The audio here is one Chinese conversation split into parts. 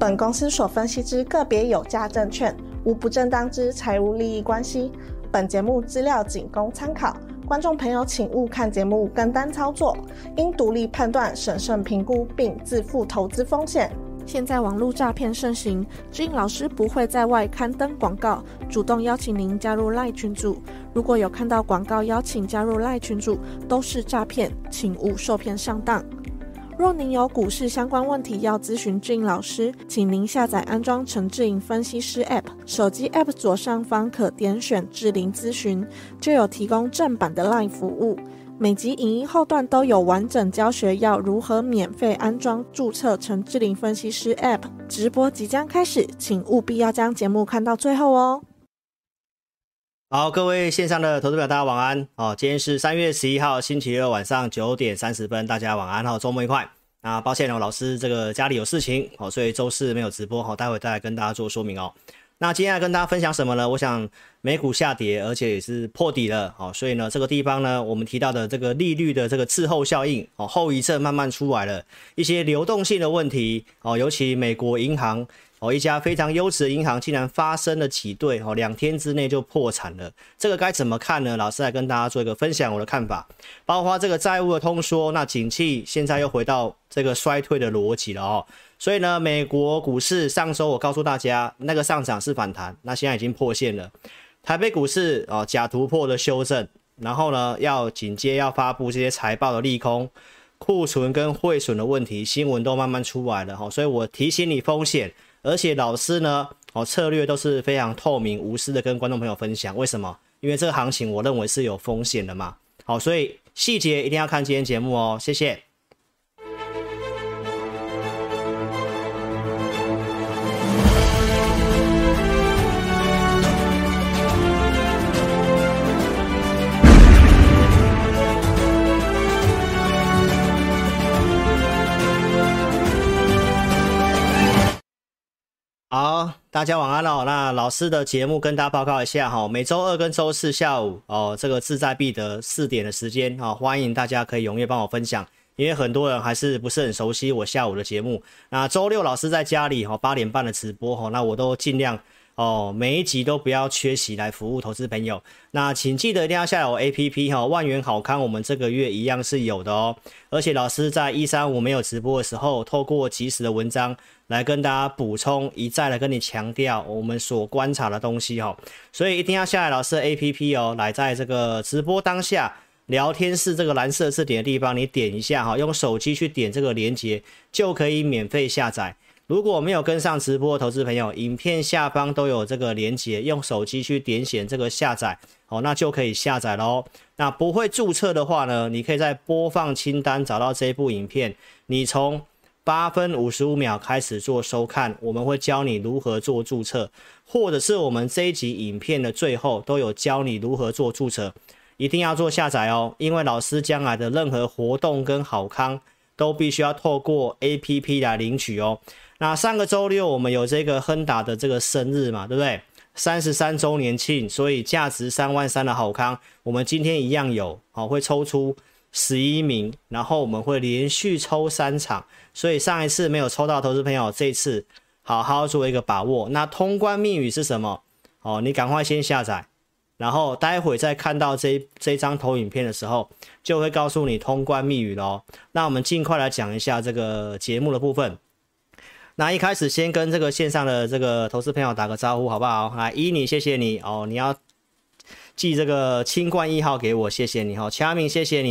本公司所分析之个别有价证券，无不正当之财务利益关系。本节目资料仅供参考，观众朋友请勿看节目跟单操作，应独立判断、审慎评估并自负投资风险。现在网络诈骗盛行，志颖老师不会在外刊登广告，主动邀请您加入 LINE 群组。如果有看到广告邀请加入 LINE 群组，都是诈骗，请勿受骗上当。若您有股市相关问题要咨询志颖老师，请您下载安装陈志颖分析师 App， 手机 App 左上方可点选志玲咨询，就有提供正版的 LINE 服务。每集影音后段都有完整教学，要如何免费安装注册陈志玲分析师 App。 直播即将开始，请务必要将节目看到最后哦。 好，各位线上的投资者大家晚安。今天是3月11号星期二晚上9点30分，大家晚安，周末愉快。那抱歉老师这个家里有事情，所以周四没有直播，待会再来跟大家做说明哦。那今天来跟大家分享什么呢？我想美股下跌，而且也是破底了，所以呢这个地方呢，我们提到的这个利率的这个滞后效应，后遗症慢慢出来了，一些流动性的问题，尤其美国银行，一家非常优质的银行竟然发生了挤兑，2天之内就破产了，这个该怎么看呢？老师来跟大家做一个分享我的看法，包括这个债务的通缩，那景气现在又回到这个衰退的逻辑了所以呢，美国股市上周我告诉大家，那个上涨是反弹，那现在已经破线了。台北股市假突破的修正，然后呢，要紧接要发布这些财报的利空、库存跟汇损的问题，新闻都慢慢出来了所以我提醒你风险，而且老师呢策略都是非常透明无私的跟观众朋友分享。为什么？因为这个行情我认为是有风险的嘛。所以细节一定要看今天节目哦，谢谢。好，大家晚安那老师的节目跟大家报告一下每周二跟周四下午这个志在必得4点的时间欢迎大家可以踊跃帮我分享，因为很多人还是不是很熟悉我下午的节目。那周六老师在家里8点半的直播那我都尽量每一集都不要缺席来服务投资朋友。那请记得一定要下载我 APP 万元好康，我们这个月一样是有的而且老师在135没有直播的时候，透过即时的文章来跟大家补充，一再来跟你强调我们所观察的东西所以一定要下载老师的 APP 来在这个直播当下聊天室这个蓝色字点的地方，你点一下用手机去点这个连结就可以免费下载。如果没有跟上直播的投资朋友，影片下方都有这个连结，用手机去点选这个下载那就可以下载咯。那不会注册的话呢，你可以在播放清单找到这部影片，你从8分55秒开始做收看，我们会教你如何做注册，或者是我们这一集影片的最后都有教你如何做注册，一定要做下载因为老师将来的任何活动跟好康都必须要透过 APP 来领取那上个周六我们有这个亨达的这个生日嘛，对不对？33周年庆，所以价值3万3的好康，我们今天一样有会抽出11名，然后我们会连续抽3场，所以上一次没有抽到投资朋友，这一次好好做一个把握。那通关密语是什么？你赶快先下载，然后待会再看到这张投影片的时候，就会告诉你通关密语咯。那我们尽快来讲一下这个节目的部分。那一开始先跟这个线上的这个投资朋友打个招呼好不好？来，依你谢谢你你要寄这个清冠1号给我，谢谢你掐明谢谢你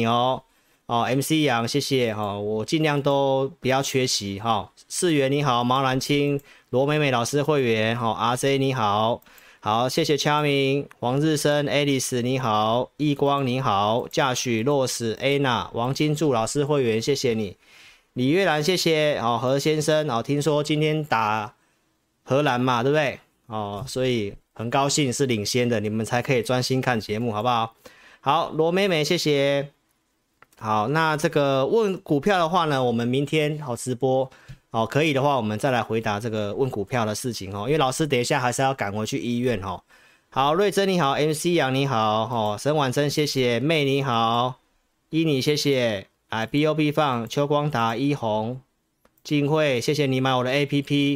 MC 杨谢谢我尽量都不要缺席世元你好，毛兰青，罗美美老师会员RJ 你好，好谢谢掐明，黄日升 Alice 你好，易光你好，嘉许洛斯 Anna 王金柱老师会员谢谢你，李月兰谢谢何先生听说今天打荷兰嘛对不对所以很高兴是领先的，你们才可以专心看节目好不好？好，罗美美谢谢。好，那这个问股票的话呢，我们明天直播可以的话我们再来回答这个问股票的事情因为老师等一下还是要赶回去医院好，瑞珍你好， MC 杨你好沈婉珍谢谢，妹你好，依你谢谢BOB 放邱光达一红静慧谢谢你买我的 APP，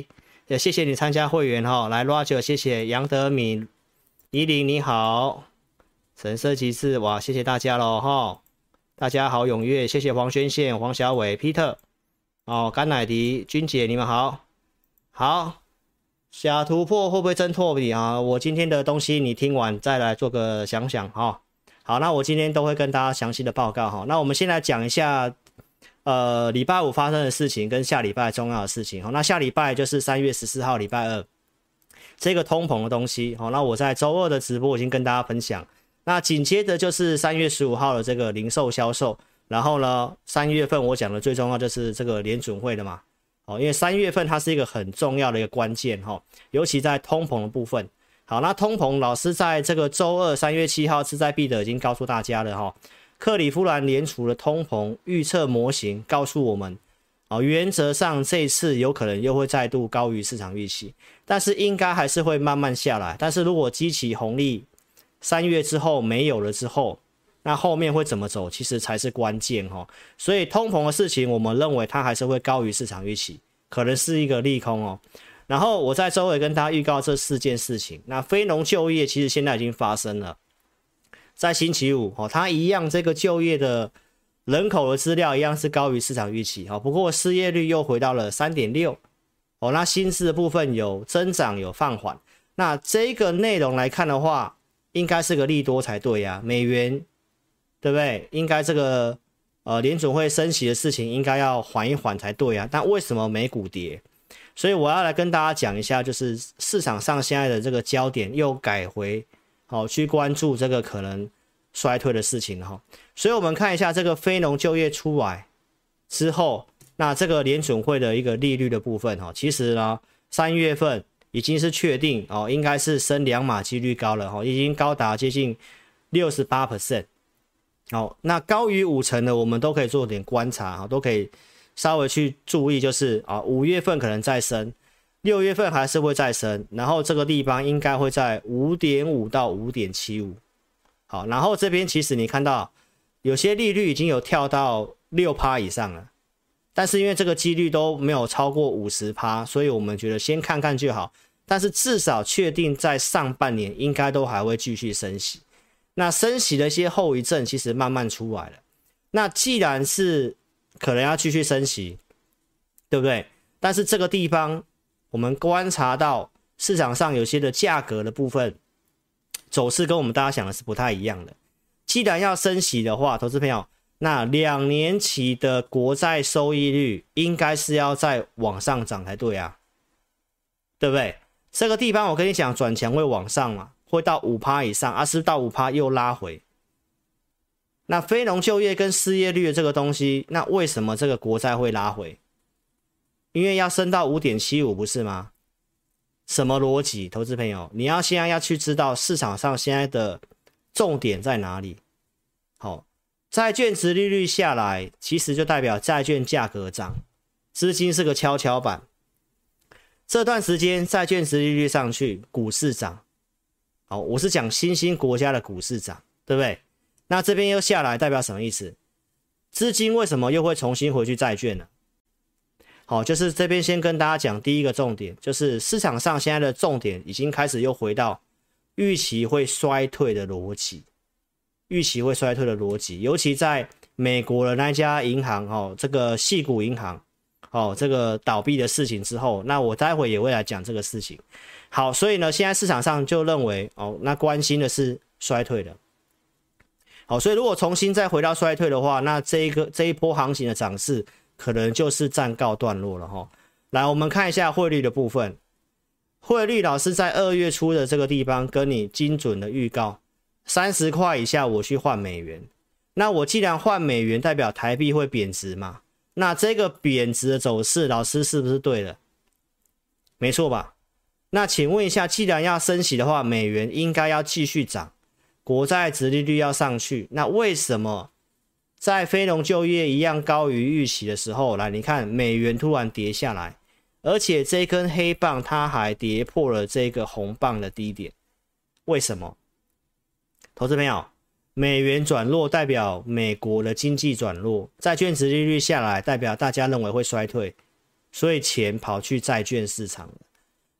也谢谢你参加会员哈。来 Roger， 谢谢杨德敏、怡玲你好，神色其次，哇，谢谢大家喽哈，大家好踊跃，谢谢黄轩宪、黄小伟、Peter， 哦，甘乃迪、君姐你们好，好，小突破会不会真破底啊？我今天的东西你听完再来做个想想哈。好，那我今天都会跟大家详细的报告哈。那我们先来讲一下。礼拜五发生的事情跟下礼拜重要的事情。那下礼拜就是3月14号礼拜二，这个通膨的东西。那我在周二的直播已经跟大家分享。那紧接着就是3月15号的这个零售销售。然后呢，3月份我讲的最重要就是这个联准会的嘛。因为3月份它是一个很重要的一个关键，尤其在通膨的部分。好，那通膨老师在这个周二3月7号志在必得已经告诉大家了克里夫兰联储的通膨预测模型告诉我们，原则上这一次有可能又会再度高于市场预期，但是应该还是会慢慢下来。但是如果基期红利3月之后没有了之后，那后面会怎么走，其实才是关键所以通膨的事情，我们认为它还是会高于市场预期，可能是一个利空然后我在周二跟大家预告这4件事情。那非农就业其实现在已经发生了。在星期五它一样这个就业的人口的资料一样是高于市场预期不过失业率又回到了 3.6 那薪资的部分有增长有放缓。那这个内容来看的话，应该是个利多才对啊，美元对不对？应该这个联准会升息的事情应该要缓一缓才对啊，但为什么美股跌？所以我要来跟大家讲一下，就是市场上现在的这个焦点又改回去关注这个可能衰退的事情所以我们看一下这个非农就业出来之后，那这个联准会的一个利率的部分其实呢3月份已经是确定应该是升2码几率高了已经高达接近 68%。那高于50%的我们都可以做点观察都可以稍微去注意，就是5月份可能再升，6月份还是会再升，然后这个地方应该会在 5.5 到 5.75。 好，然后这边其实你看到有些利率已经有跳到 6% 以上了，但是因为这个几率都没有超过 50%， 所以我们觉得先看看就好，但是至少确定在上半年应该都还会继续升息。那升息的一些后遗症其实慢慢出来了，那既然是可能要继续升息，对不对？但是这个地方我们观察到市场上有些的价格的部分走势跟我们大家想的是不太一样的。既然要升息的话，投资朋友，那2年期的国债收益率应该是要再往上涨才对啊，对不对？这个地方我跟你讲，转强会往上嘛，会到 5% 以上，是不是到 5% 又拉回？那非农就业跟失业率的这个东西，那为什么这个国债会拉回？因为要升到 5.75 不是吗？什么逻辑？投资朋友，你要现在要去知道市场上现在的重点在哪里。好，债券殖利率下来，其实就代表债券价格涨，资金是个跷跷板。这段时间债券殖利率上去，股市涨。好，我是讲新兴国家的股市涨，对不对？那这边又下来，代表什么意思？资金为什么又会重新回去债券呢？好，就是这边先跟大家讲第一个重点，就是市场上现在的重点已经开始又回到预期会衰退的逻辑，预期会衰退的逻辑，尤其在美国的那家银行这个矽谷银行这个倒闭的事情之后，那我待会也会来讲这个事情。好，所以呢，现在市场上就认为那关心的是衰退的。好，所以如果重新再回到衰退的话，那这一波行情的涨势可能就是暂告段落了来，我们看一下汇率的部分。汇率老师在2月初的这个地方跟你精准的预告，30块以下我去换美元。那我既然换美元，代表台币会贬值嘛？那这个贬值的走势，老师是不是对的？没错吧？那请问一下，既然要升息的话，美元应该要继续涨，国债殖利率要上去，那为什么在非农就业一样高于预期的时候，来你看美元突然跌下来，而且这根黑棒它还跌破了这个红棒的低点，为什么？投资朋友，美元转弱代表美国的经济转弱，债券殖利率下来代表大家认为会衰退，所以钱跑去债券市场了。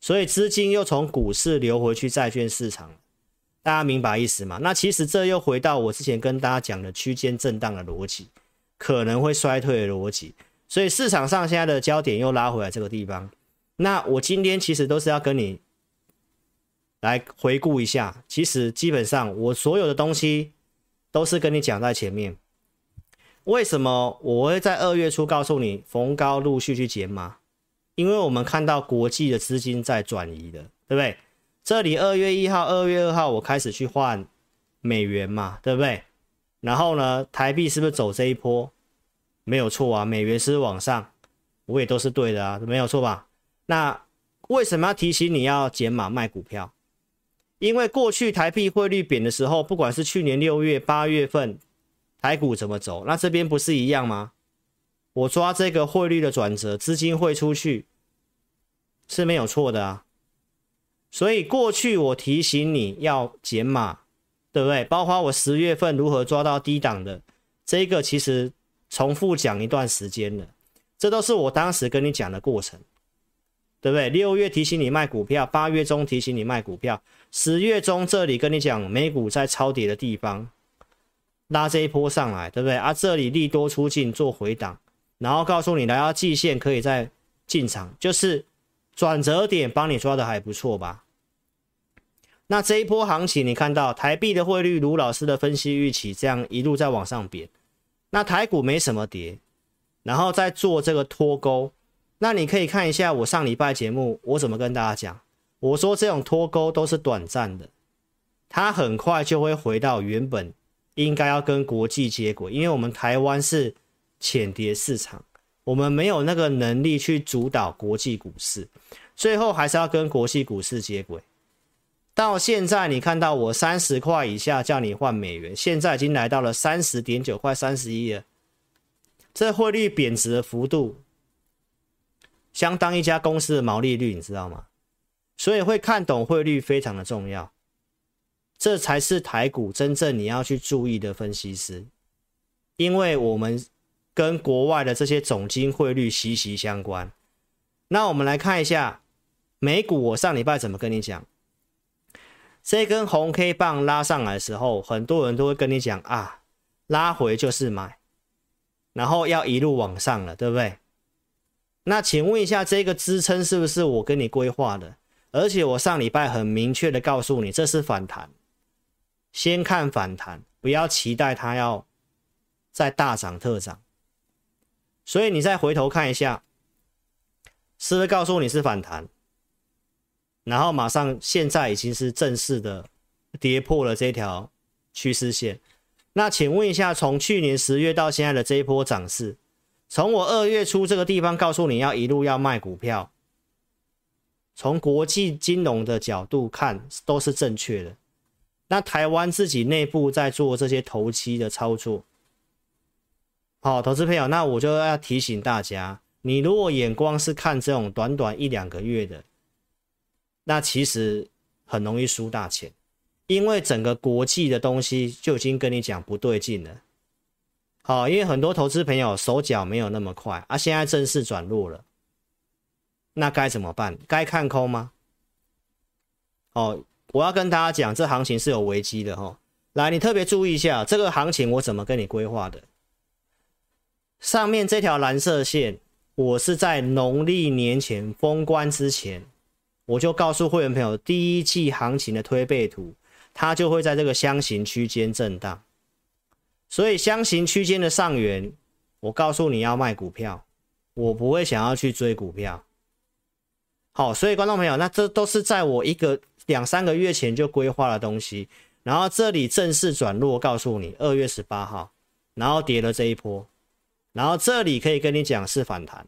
所以资金又从股市流回去债券市场，大家明白意思吗？那其实这又回到我之前跟大家讲的区间震荡的逻辑，可能会衰退的逻辑，所以市场上现在的焦点又拉回来这个地方。那我今天其实都是要跟你来回顾一下，其实基本上我所有的东西都是跟你讲在前面。为什么我会在2月初告诉你逢高陆续去减码？因为我们看到国际的资金在转移的，对不对？这里2月1号、2月2号我开始去换美元嘛，对不对？然后呢，台币是不是走这一波？没有错啊，美元是不是往上，我也都是对的啊，没有错吧？那为什么要提醒你要减码卖股票？因为过去台币汇率贬的时候，不管是去年6月、8月份台股怎么走，那这边不是一样吗？我抓这个汇率的转折，资金汇出去是没有错的啊。所以过去我提醒你要减码，对不对？包括我10月份如何抓到低档的，这个其实重复讲一段时间了，这都是我当时跟你讲的过程，对不对？6月提醒你卖股票，8月中提醒你卖股票，10月中这里跟你讲美股在超跌的地方拉这一波上来，对不对啊？这里利多出尽做回档，然后告诉你来到季线可以再进场，就是转折点帮你抓的还不错吧。那这一波行情你看到台币的汇率如老师的分析预期这样一路在往上贬，那台股没什么跌，然后再做这个脱钩。那你可以看一下我上礼拜节目我怎么跟大家讲，我说这种脱钩都是短暂的，它很快就会回到原本应该要跟国际接轨，因为我们台湾是浅跌市场，我们没有那个能力去主导国际股市，最后还是要跟国际股市接轨。到现在你看到我30块以下叫你换美元，现在已经来到了 30.9 快31了，这汇率贬值的幅度相当一家公司的毛利率，你知道吗？所以会看懂汇率非常的重要，这才是台股真正你要去注意的分析师，因为我们跟国外的这些总经汇率息息相关。那我们来看一下美股，我上礼拜怎么跟你讲，这根红 K 棒拉上来的时候，很多人都会跟你讲啊，拉回就是买，然后要一路往上了，对不对？那请问一下，这个支撑是不是我跟你规划的？而且我上礼拜很明确的告诉你，这是反弹，先看反弹，不要期待它要再大涨特涨。所以你再回头看一下，是不是告诉你是反弹？然后马上现在已经是正式的跌破了这条趋势线。那请问一下，从去年10月到现在的这一波涨势，从我2月初这个地方告诉你要一路要卖股票，从国际金融的角度看都是正确的。那台湾自己内部在做这些投机的操作，好，投资朋友，那我就要提醒大家，你如果眼光是看这种短短1-2个月的，那其实很容易输大钱，因为整个国际的东西就已经跟你讲不对劲了。好，因为很多投资朋友手脚没有那么快啊，现在正式转弱了，那该怎么办？该看空吗？哦，我要跟大家讲，这行情是有危机的哦。来，你特别注意一下，这个行情我怎么跟你规划的？上面这条蓝色线，我是在农历年前封关之前，我就告诉会员朋友，第一季行情的推背图，它就会在这个箱型区间震荡。所以箱型区间的上缘，我告诉你要卖股票，我不会想要去追股票。好，所以观众朋友，那这都是在我2-3个月前就规划的东西。然后这里正式转弱，告诉你2月18号，然后跌了这一波，然后这里可以跟你讲是反弹，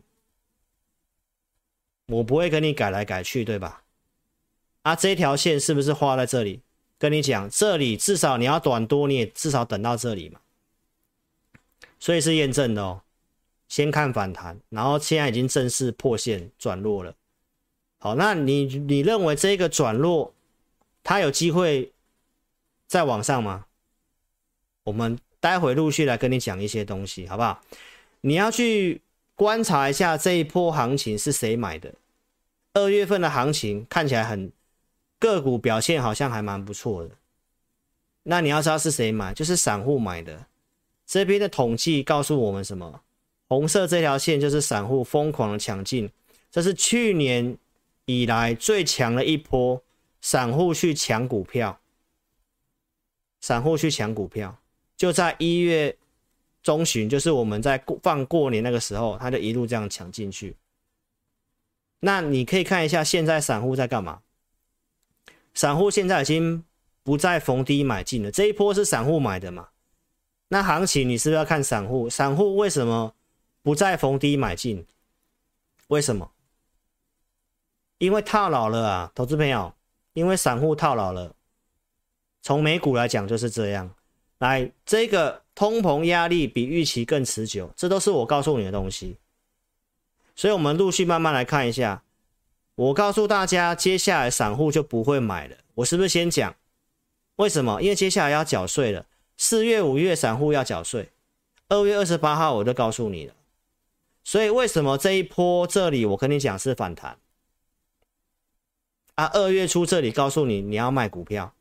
我不会跟你改来改去，对吧？啊，这条线是不是画在这里？跟你讲，这里至少你要短多，你也至少等到这里嘛。所以是验证的哦，先看反弹，然后现在已经正式破线转弱了。好，那你认为这个转弱，它有机会再往上吗？我们待会陆续来跟你讲一些东西，好不好？你要去观察一下这一波行情是谁买的， 2月份的行情看起来个股表现好像还蛮不错的。那你要知道是谁买，就是散户买的。这边的统计告诉我们什么？红色这条线就是散户疯狂的抢进，这是去年以来最强的一波，散户去抢股票，就在1月中旬，就是我们在放过年那个时候，他就一路这样抢进去。那你可以看一下现在散户在干嘛？散户现在已经不再逢低买进了，这一波是散户买的嘛？那行情你是不是要看散户？散户为什么不再逢低买进？为什么？因为套牢了啊，投资朋友，因为散户套牢了。从美股来讲就是这样。来，这个通膨压力比预期更持久，这都是我告诉你的东西。所以我们陆续慢慢来看一下。我告诉大家，接下来散户就不会买了。我是不是先讲？为什么？因为接下来要缴税了。4月、5月散户要缴税，2月28号我就告诉你了。所以为什么这一波这里我跟你讲是反弹啊？2月初这里告诉你你要卖股票，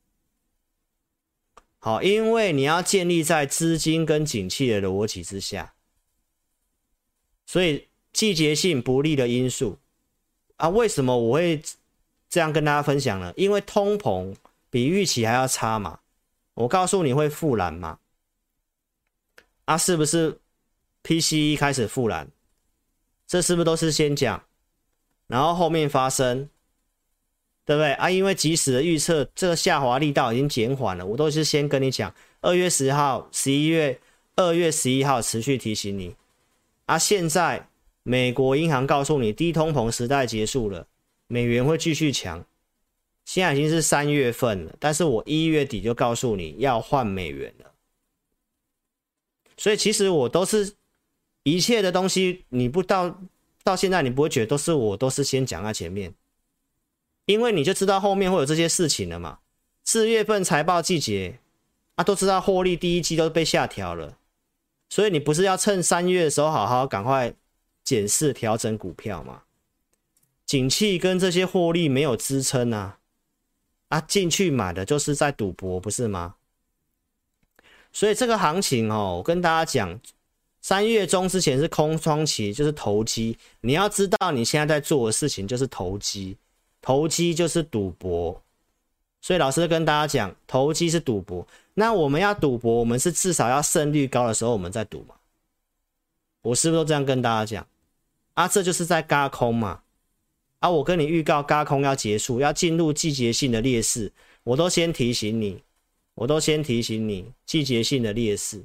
好，因为你要建立在资金跟景气的逻辑之下，所以季节性不利的因素啊，为什么我会这样跟大家分享呢？因为通膨比预期还要差嘛。我告诉你会复燃嘛？啊，是不是 PCE 开始复燃？这是不是都是先讲，然后后面发生，对不对啊？因为即使的预测这个下滑力道已经减缓了，我都是先跟你讲，2月10号、2月11号持续提醒你。啊，现在美国银行告诉你低通膨时代结束了，美元会继续强。现在已经是3月份了，但是我1月底就告诉你要换美元了。所以其实我都是一切的东西，你不到现在你不会觉得都是先讲在前面，因为你就知道后面会有这些事情了嘛。4月份财报季节啊，都知道获利第一季都被下调了，所以你不是要趁3月的时候好好赶快检视调整股票嘛？景气跟这些获利没有支撑啊。进去买的就是在赌博，不是吗？所以这个行情我跟大家讲，3月中之前是空窗期，就是投机。你要知道你现在在做的事情就是投机，投机就是赌博。所以老师跟大家讲，投机是赌博。那我们要赌博，我们是至少要胜率高的时候我们再赌嘛。我是不是都这样跟大家讲？这就是在軋空嘛。我跟你预告軋空要结束，要进入季节性的劣势，我都先提醒你，季节性的劣势。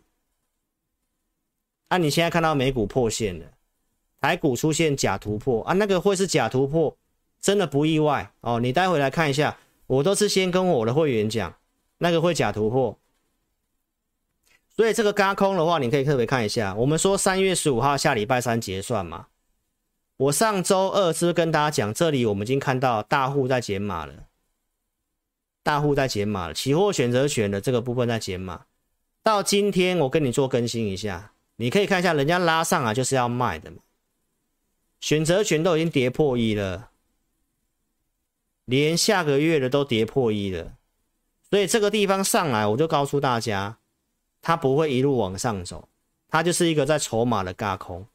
你现在看到美股破线了，台股出现假突破那个会是假突破，真的不意外哦。你待会来看一下，我都是先跟我的会员讲，那个会假突破。所以这个軋空的话，你可以特别看一下，我们说3月15号下礼拜3结算嘛。我上周二是不是跟大家讲，这里我们已经看到大户在减码了，期货选择权的这个部分在减码。到今天我跟你做更新一下，你可以看一下人家拉上来就是要卖的嘛，选择权都已经跌破1了，连下个月的都跌破1了，所以这个地方上来我就告诉大家，它不会一路往上走，它就是一个在筹码的軋空。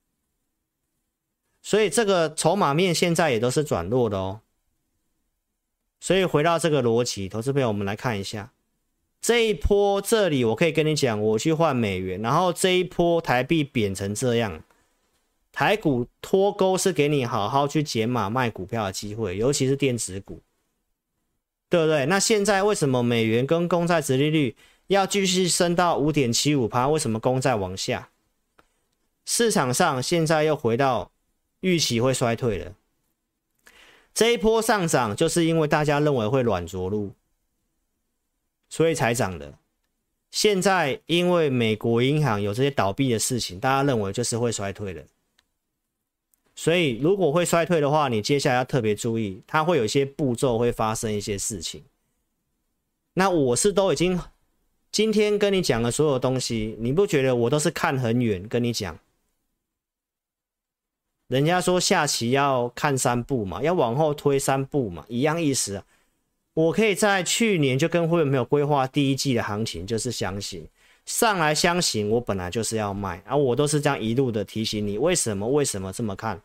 所以这个筹码面现在也都是转弱的哦。所以回到这个逻辑，投资朋友我们来看一下，这一波这里我可以跟你讲，我去换美元，然后这一波台币贬成这样，台股脱钩是给你好好去减码卖股票的机会，尤其是电子股，对不对？那现在为什么美元跟公债殖利率要继续升到 5.75%？ 为什么公债往下？市场上现在又回到预期会衰退了，这一波上涨就是因为大家认为会软着陆，所以才涨的。现在因为美国银行有这些倒闭的事情，大家认为就是会衰退了。所以如果会衰退的话，你接下来要特别注意，它会有一些步骤会发生一些事情。那我是都已经今天跟你讲的所有东西，你不觉得我都是看很远跟你讲？ 人家说下棋要看3步嘛，要往后推3步嘛，一样意思啊。我可以在去年就跟会员朋友规划第一季的行情，就是箱型上来箱型，我本来就是要卖啊，我都是这样一路的提醒你，为什么这么看？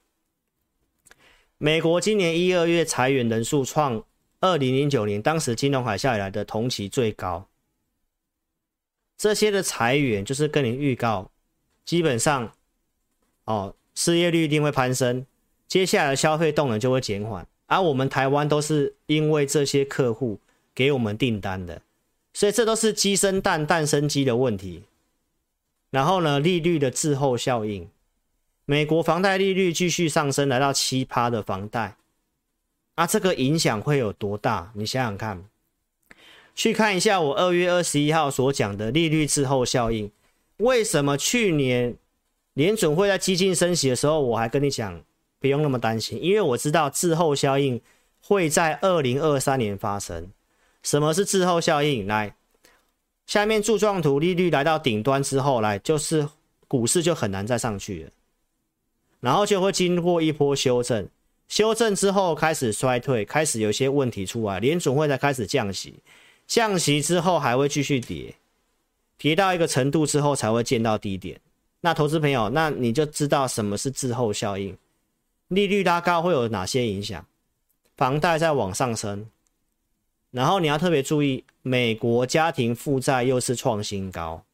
美国今年1、2月裁员人数创2009年当时金融海啸以来的同期最高，这些的裁员就是跟你预告，基本上失业率一定会攀升，接下来的消费动能就会减缓，而我们台湾都是因为这些客户给我们订单的，所以这都是鸡生蛋蛋生鸡的问题。然后呢，利率的滞后效应，美国房贷利率继续上升，来到7%的房贷，这个影响会有多大？你想想看，去看一下我2月21号所讲的利率滞后效应。为什么去年联准会在激进升息的时候，我还跟你讲不用那么担心，因为我知道滞后效应会在2023年发生。什么是滞后效应？来，下面柱状图利率来到顶端之后，来就是股市就很难再上去了，然后就会经过一波修正，修正之后开始衰退，开始有一些问题出来，联准会才开始降息，降息之后还会继续跌，跌到一个程度之后才会见到低点。那投资朋友，那你就知道什么是滞后效应。利率拉高会有哪些影响？房贷在往上升，然后你要特别注意，美国家庭负债又是创新高，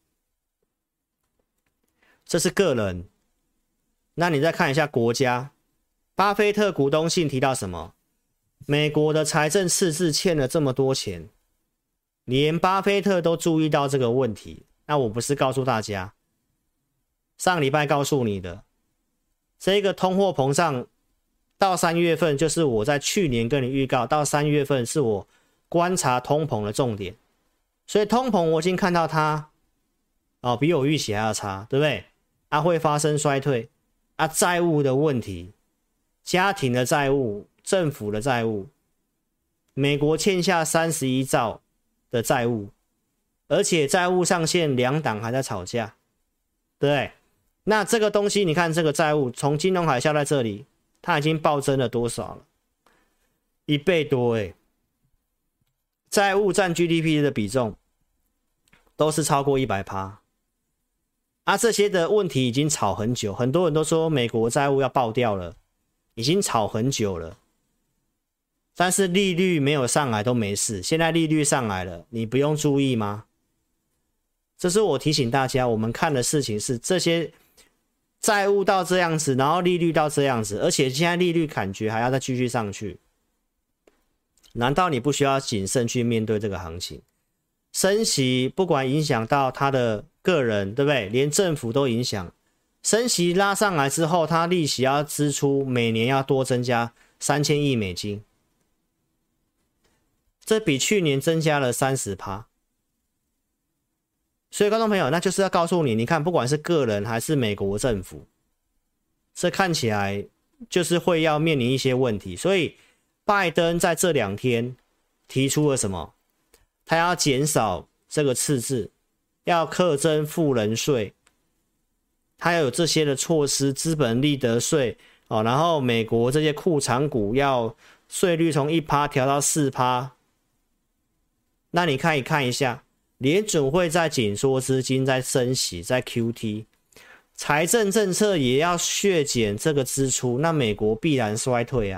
这是个人。那你再看一下国家，巴菲特股东信提到什么？美国的财政赤字欠了这么多钱，连巴菲特都注意到这个问题。那我不是告诉大家，上礼拜告诉你的，这个通货膨胀到3月份，就是我在去年跟你预告，到3月份是我观察通膨的重点。所以通膨我已经看到它比我预期还要差，对不对？会发生衰退债务的问题，家庭的债务，政府的债务，美国欠下31兆的债务，而且债务上限2党还在吵架，对不对？那这个东西你看，这个债务从金融海啸在这里，它已经暴增了多少了？1倍多债务占 GDP 的比重都是超过 100%。这些的问题已经吵很久，很多人都说美国债务要爆掉了，已经吵很久了。但是利率没有上来都没事，现在利率上来了，你不用注意吗？这是我提醒大家，我们看的事情是这些债务到这样子，然后利率到这样子，而且现在利率感觉还要再继续上去，难道你不需要谨慎去面对这个行情？升息不管影响到他的个人，对不对？连政府都影响。升息拉上来之后，他利息要支出每年要多增加3000亿美金，这比去年增加了 30%。所以观众朋友，那就是要告诉你，你看不管是个人还是美国政府，这看起来就是会要面临一些问题。所以拜登在这2天提出了什么？他要减少这个赤字，要课征富人税，他要有这些的措施，资本利得税然后美国这些库藏股要税率从 1% 调到 4%。 那你可以看一下，联准会在紧缩资金，在升息，在 QT， 财政政策也要削减这个支出，那美国必然衰退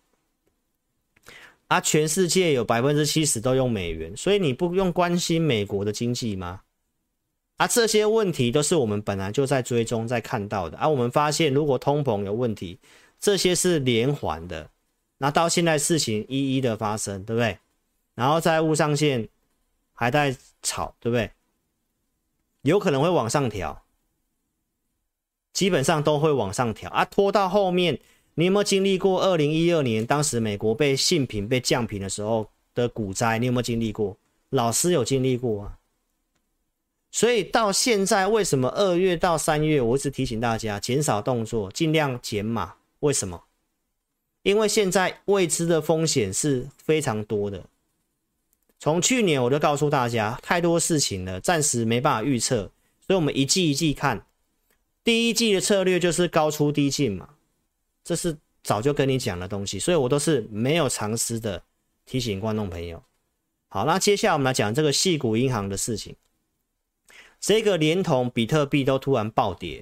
全世界有 70% 都用美元，所以你不用关心美国的经济吗？这些问题都是我们本来就在追踪在看到的我们发现如果通膨有问题，这些是连环的，那到现在事情一一的发生，对不对？然后债务上限还在吵，对不对？有可能会往上调，基本上都会往上调拖到后面，你有没有经历过2012年当时美国被信评被降评的时候的股灾？你有没有经历过？老师有经历过所以到现在为什么2月到3月我一直提醒大家减少动作，尽量减码？为什么？因为现在未知的风险是非常多的。从去年我就告诉大家，太多事情了，暂时没办法预测，所以我们一季一季看。第一季的策略就是高出低进嘛， 这是早就跟你讲的东西，所以我都是没有藏私的提醒观众朋友。好，那接下来我们来讲这个矽谷银行的事情。这个连同比特币都突然暴跌，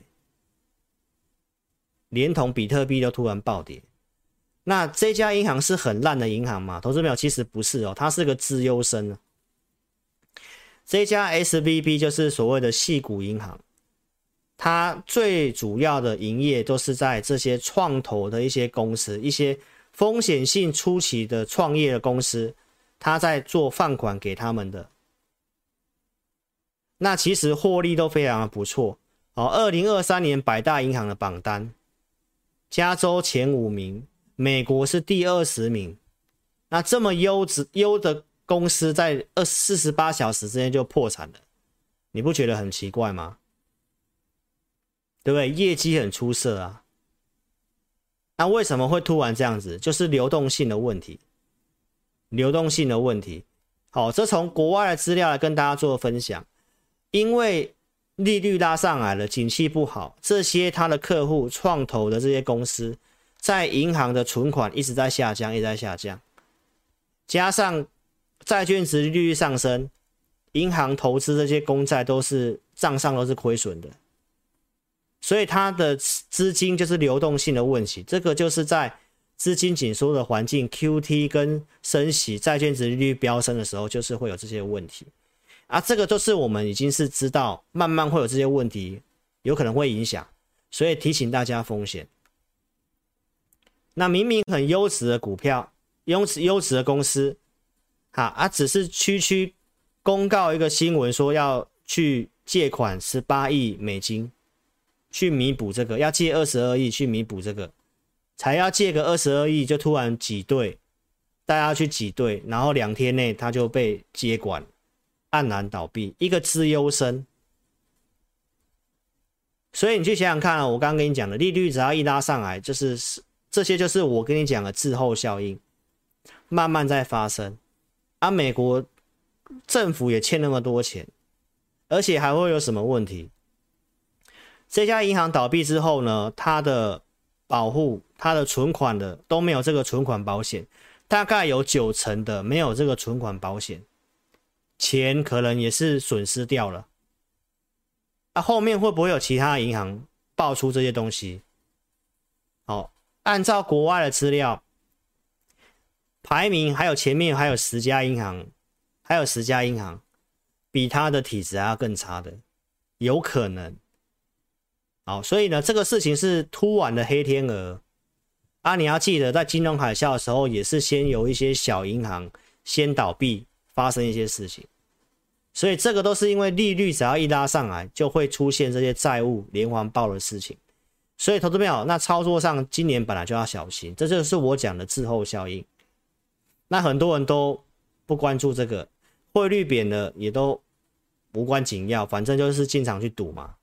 那这家银行是很烂的银行吗？投资朋友，其实不是哦，它是个资优生。这家 SVB 就是所谓的矽谷银行，它最主要的营业都是在这些创投的一些公司，一些风险性初期的创业的公司，它在做放款给他们的。那其实获利都非常的不错哦。2023年百大银行的榜单，加州前5名，美国是第20名。那这么优的公司在48小时之间就破产了，你不觉得很奇怪吗？对不对？业绩很出色啊。那为什么会突然这样子？就是流动性的问题。好，这从国外的资料来跟大家做分享。因为利率拉上来了，景气不好，这些他的客户创投的这些公司在银行的存款一直在下降，加上债券殖利率上升，银行投资这些公债账上都是亏损的，所以它的资金就是流动性的问题。这个就是在资金紧缩的环境 ，QT 跟升息、债券殖利率飙升的时候，就是会有这些问题。这个都是我们已经是知道，慢慢会有这些问题，有可能会影响，所以提醒大家风险。那明明很优质的股票、优质的公司，只是区公告一个新闻说要去借款18亿美金，去弥补这个，要借22亿去弥补这个，才要借个22亿，就突然挤兑，大家去挤兑，然后2天内他就被接管。黯然倒闭，一个资优生。所以你去想想看我刚刚跟你讲的利率只要一拉上来，就是这些就是我跟你讲的滞后效应慢慢在发生。美国政府也欠那么多钱，而且还会有什么问题？这家银行倒闭之后呢，它的保护它的存款的都没有这个存款保险，大概有90%的没有这个存款保险，钱可能也是损失掉了。后面会不会有其他银行爆出这些东西？按照国外的资料排名，还有前面还有10家银行，比它的体质还要更差的，有可能。所以呢，这个事情是突然的黑天鹅你要记得，在金融海啸的时候，也是先有一些小银行先倒闭，发生一些事情。所以这个都是因为利率只要一拉上来，就会出现这些债务连环爆的事情。所以投资朋友，那操作上今年本来就要小心，这就是我讲的滞后效应。那很多人都不关注这个，汇率贬了也都无关紧要，反正就是进场去赌嘛。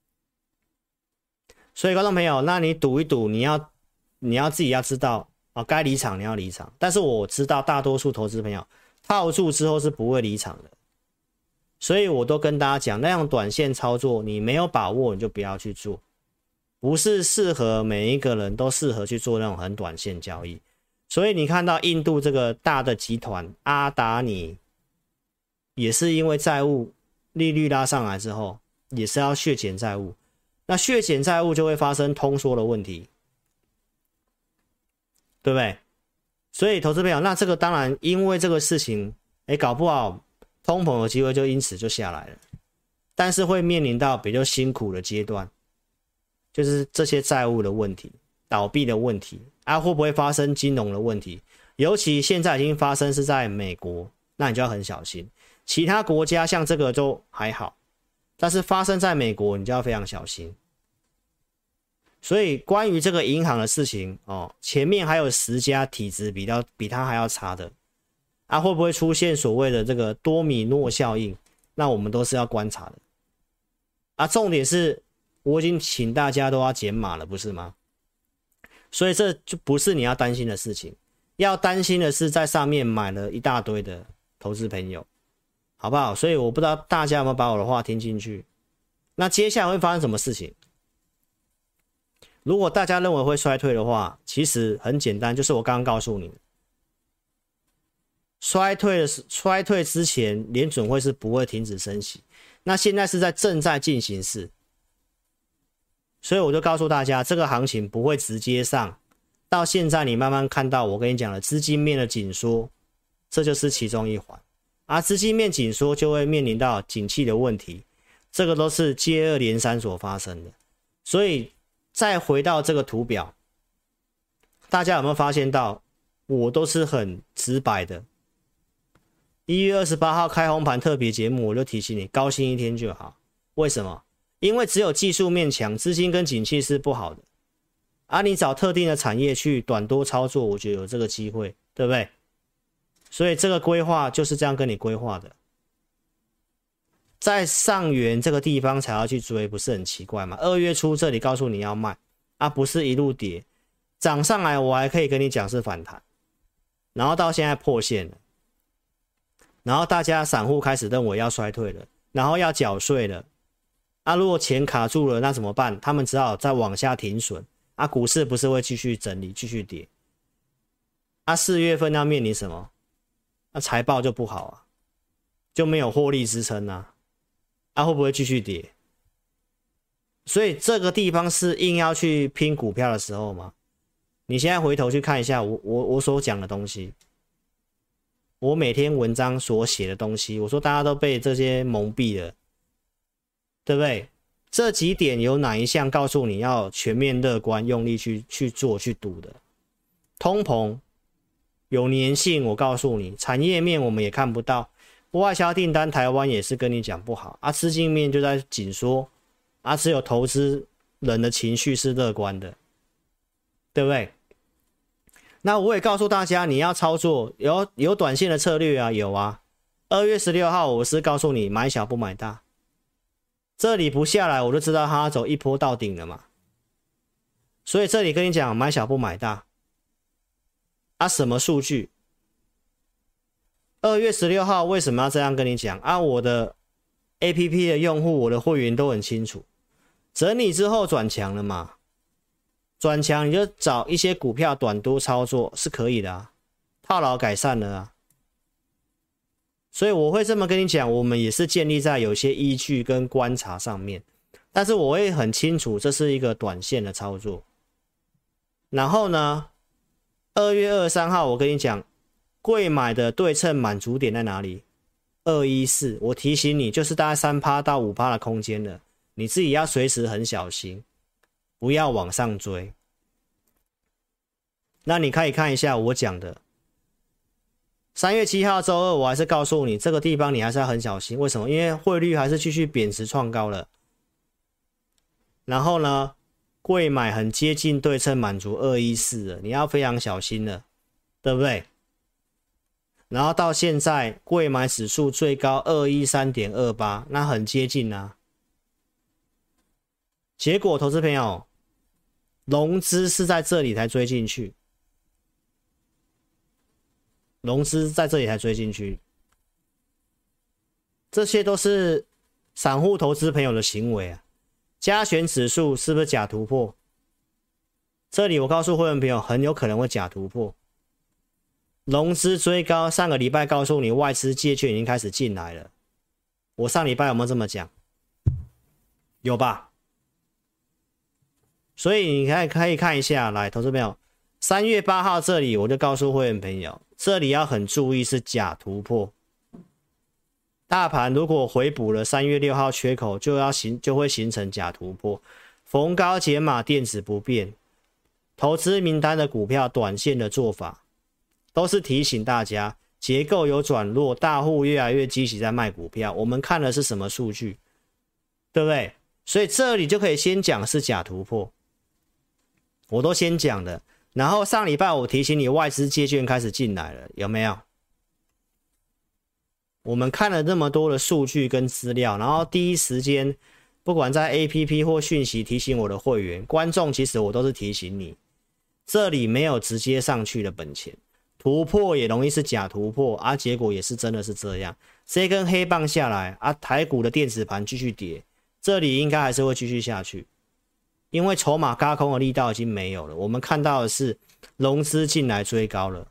所以观众朋友，那你赌一赌，你要自己要知道该离场你要离场。但是我知道大多数投资朋友套住之后是不会离场的。所以我都跟大家讲，那样短线操作你没有把握你就不要去做，不是适合每一个人都适合去做那种很短线交易。所以你看到印度这个大的集团阿达尼也是因为债务利率拉上来之后，也是要削减债务，那削减债务就会发生通缩的问题，对不对？所以投资朋友，那这个当然因为这个事情搞不好通膨的机会就因此就下来了，但是会面临到比较辛苦的阶段，就是这些债务的问题、倒闭的问题会不会发生金融的问题？尤其现在已经发生是在美国，那你就要很小心。其他国家像这个就还好，但是发生在美国你就要非常小心。所以关于这个银行的事情前面还有10家体质比它还要差的。会不会出现所谓的这个多米诺效应？那我们都是要观察的。重点是我已经请大家都要减码了，不是吗？所以这就不是你要担心的事情，要担心的是在上面买了一大堆的投资朋友，好不好？所以我不知道大家有没有把我的话听进去。那接下来会发生什么事情？ 如果大家认为会衰退的话，其实很简单，就是我刚刚告诉你的，衰退之前，联准会是不会停止升息。那现在是正在进行式，所以我就告诉大家，这个行情不会直接上。到现在你慢慢看到我跟你讲的资金面的紧缩，这就是其中一环。而资金面紧缩就会面临到景气的问题，这个都是接二连三所发生的。所以再回到这个图表，大家有没有发现到，我都是很直白的。1月28号开红盘特别节目，我就提醒你，高兴一天就好。为什么？因为只有技术面强，资金跟景气是不好的。你找特定的产业去短多操作，我觉得有这个机会，对不对？所以这个规划就是这样跟你规划的。在上缘这个地方才要去追，不是很奇怪吗？2月初这里告诉你要卖，不是一路跌，涨上来我还可以跟你讲是反弹，然后到现在破线了，然后大家散户开始认为要衰退了，然后要缴税了，如果钱卡住了那怎么办？他们只好再往下停损，股市不是会继续整理继续跌，4月份要面临什么？财报就不好就没有获利支撑会不会继续跌？所以这个地方是硬要去拼股票的时候吗？你现在回头去看一下我所讲的东西，我每天文章所写的东西，我说大家都被这些蒙蔽了，对不对？这几点有哪一项告诉你要全面乐观用力去做去赌的？通膨有粘性，我告诉你，产业面我们也看不到，外销订单台湾也是跟你讲不好资金面就在紧缩只有投资人的情绪是乐观的，对不对？那我也告诉大家，你要操作有短线的策略有2月16号我是告诉你买小不买大，这里不下来我就知道它走一波到顶了嘛，所以这里跟你讲买小不买大什么数据？2月16号为什么要这样跟你讲我的 APP 的用户，我的会员都很清楚，整理之后转强了嘛，转强你就找一些股票短多操作是可以的套牢改善了所以我会这么跟你讲，我们也是建立在有些依据跟观察上面，但是我会很清楚这是一个短线的操作。然后呢2月23号我跟你讲，贵买的对称满足点在哪里？214，我提醒你，就是大概 3% 到 5% 的空间了，你自己要随时很小心，不要往上追。那你可以看一下我讲的3月7号周二，我还是告诉你这个地方你还是要很小心。为什么？因为汇率还是继续贬值创高了。然后呢，贵买很接近对称满足214了，你要非常小心了，对不对？然后到现在贵买指数最高 213.28， 那很接近结果投资朋友，融资是在这里才追进去，这些都是散户投资朋友的行为加权指数是不是假突破？这里我告诉会员朋友，很有可能会假突破。融资追高，上个礼拜告诉你外资借券已经开始进来了，我上礼拜有没有这么讲？有吧？所以你可以看一下，来，投资朋友，3月8号这里我就告诉会员朋友，这里要很注意是假突破。大盘如果回补了3月6号缺口，就会形成假突破，逢高解码，电子不变。投资名单的股票短线的做法，都是提醒大家结构有转弱，大户越来越积极在卖股票。我们看的是什么数据，对不对？所以这里就可以先讲是假突破，我都先讲的。然后上礼拜我提醒你外资借券开始进来了，有没有？我们看了那么多的数据跟资料，然后第一时间不管在 APP 或讯息提醒我的会员观众，其实我都是提醒你，这里没有直接上去的本钱，突破也容易是假突破结果也是真的是这样。这根黑棒下来台股的电子盘继续跌，这里应该还是会继续下去。 因为筹码軋空的力道已经没有了，我们看到的是融资进来追高了。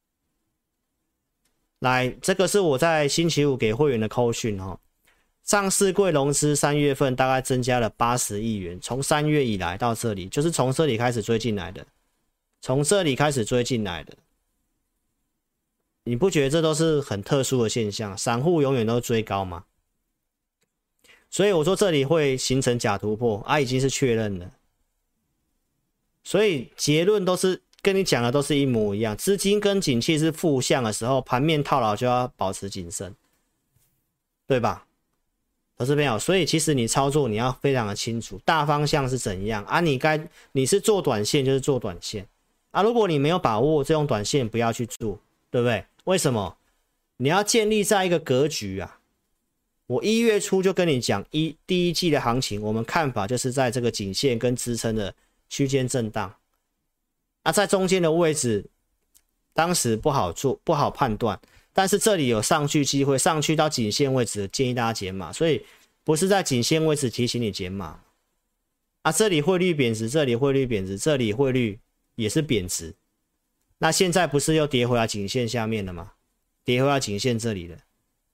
来，这个是我在星期五给会员的扣讯哦。上市柜融资3月份大概增加了80亿元，从3月以来到这里，就是从这里开始追进来的，从这里开始追进来的。你不觉得这都是很特殊的现象？散户永远都追高吗？所以我说这里会形成假突破啊，已经是确认了。所以结论都是跟你讲的都是一模一样，资金跟景气是负向的时候，盘面套牢就要保持谨慎，对吧？投资朋友，所以其实你操作你要非常的清楚，大方向是怎样啊？你是做短线就是做短线啊，如果你没有把握这种短线不要去做，对不对？为什么？你要建立在一个格局啊。我1月初就跟你讲，第一季的行情，我们看法就是在这个颈线跟支撑的区间震荡啊，在中间的位置，当时不好做，不好判断。但是这里有上去机会，上去到颈线位置，建议大家减码。所以不是在颈线位置提醒你减码啊。这里汇率贬值，这里汇率贬值，这里汇率也是贬值。那现在不是又跌回来颈线下面了吗？跌回来颈线这里了。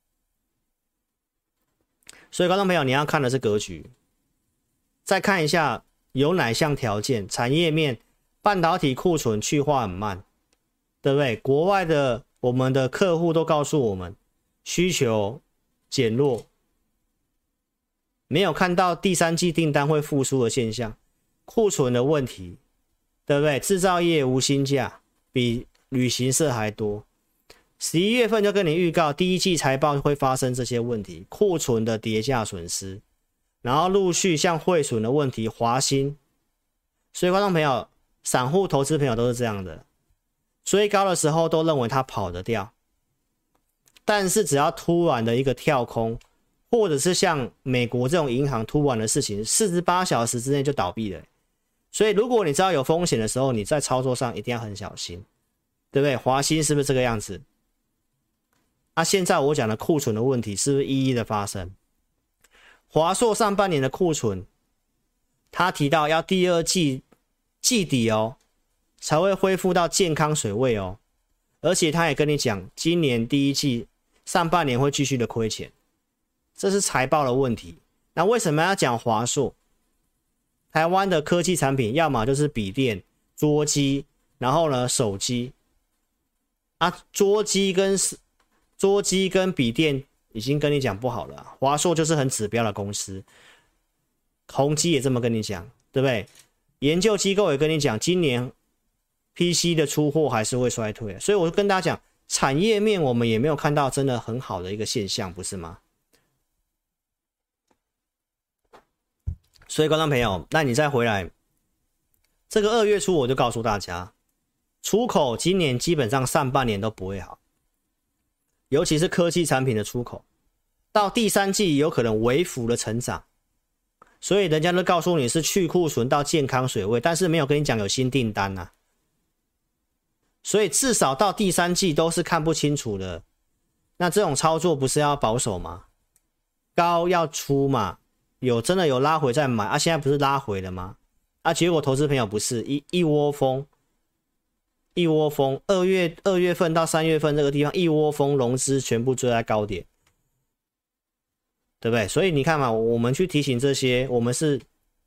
所以观众朋友，你要看的是格局。再看一下有哪项条件，产业面，半导体库存去化很慢，对不对？国外的我们的客户都告诉我们，需求减弱，没有看到第三季订单会复苏的现象，库存的问题，对不对？制造业无薪假比旅行社还多。11月份就跟你预告，第一季财报会发生这些问题，库存的跌价损失，然后陆续像汇损的问题，华兴。所以观众朋友、散户投资朋友都是这样的，追高的时候都认为它跑得掉，但是只要突然的一个跳空，或者是像美国这种银行突然的事情，48小时之内就倒闭了。所以如果你知道有风险的时候，你在操作上一定要很小心，对不对？华兴是不是这个样子？现在我讲的库存的问题是不是一一的发生？华硕上半年的库存，他提到要第二季季底才会恢复到健康水位而且他也跟你讲，今年第一季上半年会继续的亏钱，这是财报的问题。那为什么要讲华硕？台湾的科技产品要么就是笔电、桌机，然后呢手机桌机跟笔电已经跟你讲不好了华硕就是很指标的公司，宏基也这么跟你讲，对不对？研究机构也跟你讲，今年 PC 的出货还是会衰退，所以我跟大家讲，产业面我们也没有看到真的很好的一个现象，不是吗？所以观众朋友，那你再回来，这个2月初我就告诉大家，出口今年基本上上半年都不会好，尤其是科技产品的出口，到第三季有可能微幅的成长，所以人家都告诉你是去库存到健康水位，但是没有跟你讲有新订单所以至少到第三季都是看不清楚的。那这种操作不是要保守吗？高要出嘛，真的有拉回再买现在不是拉回了吗？结果投资朋友不是一窝蜂，2月份到3月份这个地方一窝蜂融资全部追在高点，对不对？所以你看嘛，我们去提醒这些，我们是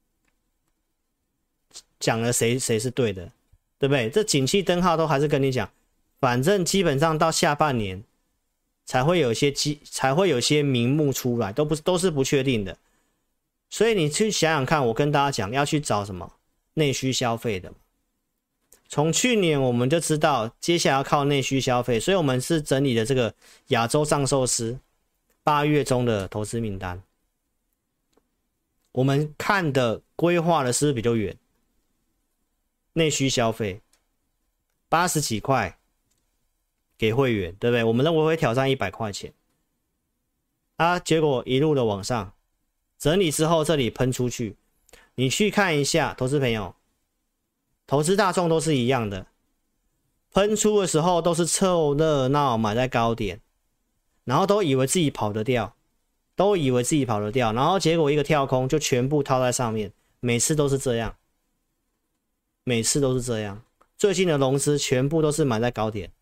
讲了谁是对的，对不对？这景气灯号都还是跟你讲，反正基本上到下半年才会有一些名目出来，都是不确定的。所以你去想想看，我跟大家讲要去找什么内需消费的。从去年我们就知道接下来要靠内需消费，所以我们是整理的这个亚洲藏寿司8月中的投资名单。我们看的规划的是不是比较远？内需消费80几块给会员，对不对？我们认为会挑战100块钱结果一路的往上整理之后，这里喷出去，你去看一下，投资朋友，投资大众都是一样的，喷出的时候都是凑热闹买在高点，然后都以为自己跑得掉，然后结果一个跳空就全部套在上面， 每次都是这样，每次都是这样。最近的融资全部都是买在高点。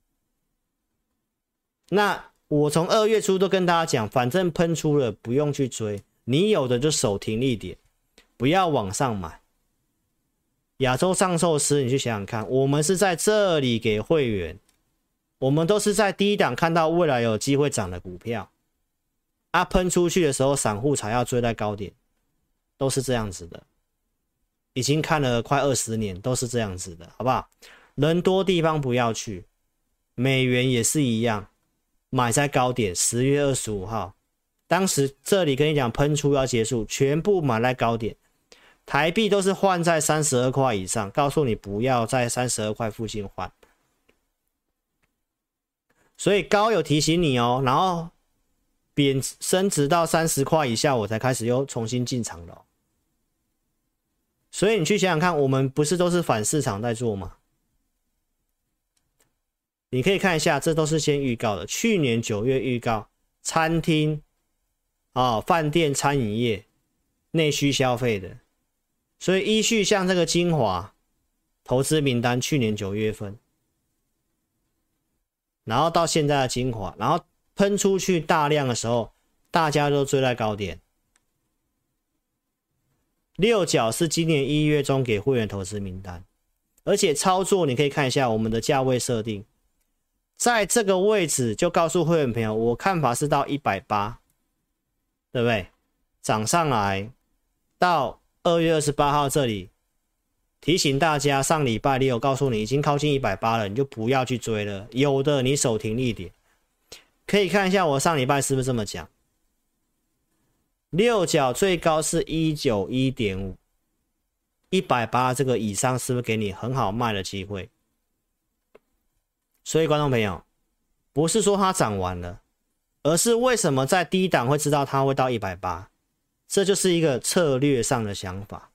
那我从2月初都跟大家讲，反正喷出了不用去追，你有的就守停利点，不要往上买。亚洲藏寿司，你去想想看，我们是在这里给会员，我们都是在低档看到未来有机会涨的股票，喷出去的时候，散户才要追在高点，都是这样子的。已经看了快20年，都是这样子的，好不好？人多地方不要去，美元也是一样，买在高点，10月25号，当时这里跟你讲喷出要结束，全部买在高点，台币都是换在32块以上，告诉你不要在32块附近换。所以高有提醒你哦，然后贬升值到30块以下，我才开始又重新进场了哦。所以你去想想看，我们不是都是反市场在做吗？你可以看一下，这都是先预告的。去年9月预告，餐厅、饭店、餐饮业内需消费的，所以依序像这个精华投资名单，去年9月份，然后到现在的精华，然后喷出去大量的时候，大家都追在高点。六角是今年1月中给会员投资名单，而且操作你可以看一下我们的价位设定，在这个位置就告诉会员朋友，我看法是到180，对不对？涨上来到2月28号这里，提醒大家上礼拜六告诉你已经靠近180了，你就不要去追了，有的你守停利点。可以看一下我上礼拜是不是这么讲？六角最高是 191.5， 180这个以上是不是给你很好卖的机会？所以观众朋友，不是说它涨完了，而是为什么在低档会知道它会到180，这就是一个策略上的想法，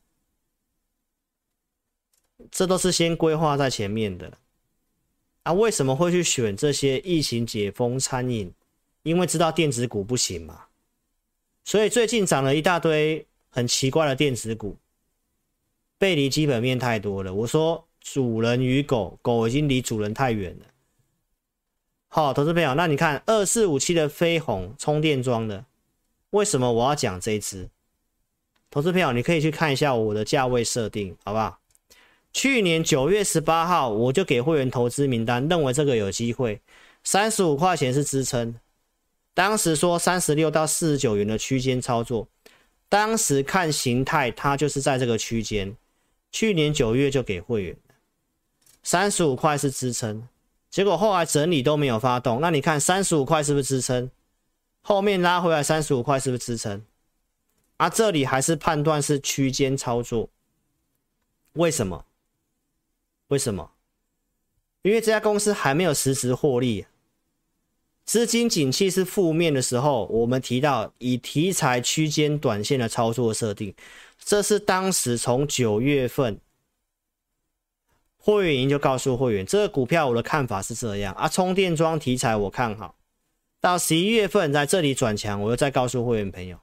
这都是先规划在前面的为什么会去选这些疫情解封餐饮？因为知道电子股不行嘛，所以最近涨了一大堆很奇怪的电子股，背离基本面太多了。我说主人与狗，狗已经离主人太远了。好，投资朋友，那你看2457的飞鸿充电桩的，为什么我要讲这一支？投资朋友，你可以去看一下我的价位设定，好不好？去年9月18号我就给会员投资名单，认为这个有机会，35块钱是支撑，当时说36到49元的区间操作，当时看形态它就是在这个区间，去年9月就给会员，35块是支撑，结果后来整理都没有发动，那你看35块是不是支撑？后面拉回来35块是不是支撑？这里还是判断是区间操作，为什么？为什么？因为这家公司还没有实质获利，资金景气是负面的时候，我们提到以题材区间短线的操作设定，这是当时从9月份会员营就告诉会员，这个股票我的看法是这样充电桩题材我看好，到11月份在这里转强，我又再告诉会员朋友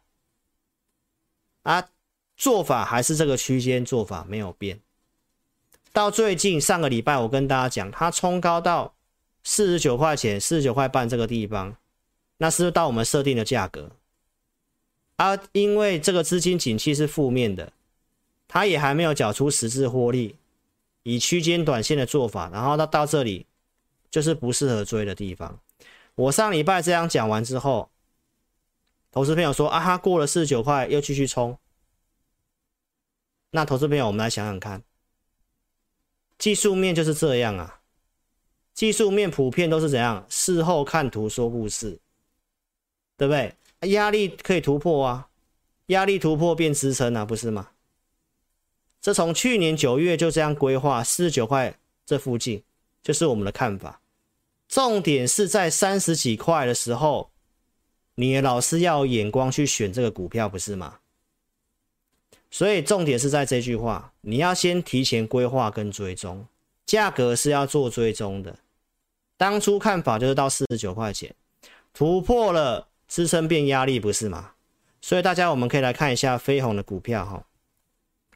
做法还是这个区间做法没有变。到最近上个礼拜我跟大家讲，它冲高到49块钱、49块半这个地方，那是不是到我们设定的价格因为这个资金景气是负面的，它也还没有缴出实质获利，以区间短线的做法，然后到这里就是不适合追的地方。我上礼拜这样讲完之后，投资朋友说它过了49块又继续冲，那投资朋友我们来想想看，技术面就是这样技术面普遍都是怎样？事后看图说故事，对不对？压力可以突破压力突破变支撑不是吗？这从去年9月就这样规划，49块这附近就是我们的看法。重点是在30几块的时候，你的老师要有眼光去选这个股票，不是吗？所以重点是在这句话，你要先提前规划跟追踪，价格是要做追踪的。当初看法就是到49块钱，突破了支撑变压力，不是吗？所以大家我们可以来看一下飞鸿的股票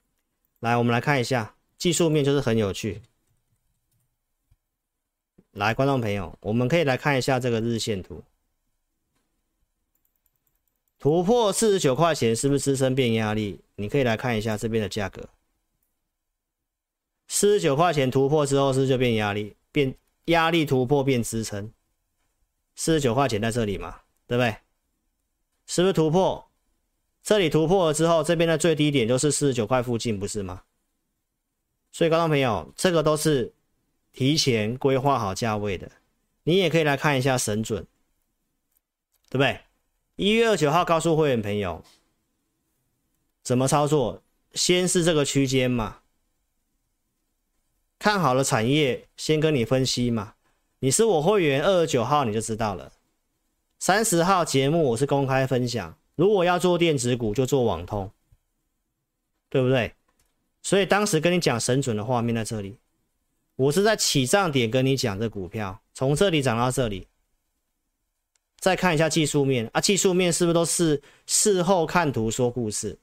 来，我们来看一下技术面，就是很有趣。来，观众朋友，我们可以来看一下这个日线图，突破49块钱是不是支撑变压力？你可以来看一下这边的价格，49块钱突破之后是不是就变压力？变压力突破变支撑，49块钱在这里嘛，对不对？是不是突破？这里突破了之后，这边的最低点就是49块附近，不是吗？所以观众朋友，这个都是提前规划好价位的。你也可以来看一下神准，对不对？1月29号告诉会员朋友怎么操作，先是这个区间嘛，看好了产业，先跟你分析嘛。你是我会员2月9号你就知道了。30号节目我是公开分享，如果要做电子股就做网通，对不对？所以当时跟你讲神准的画面在这里，我是在起涨点跟你讲这股票从这里涨到这里。再看一下技术面啊，技术面是不是都是事后看图说故事？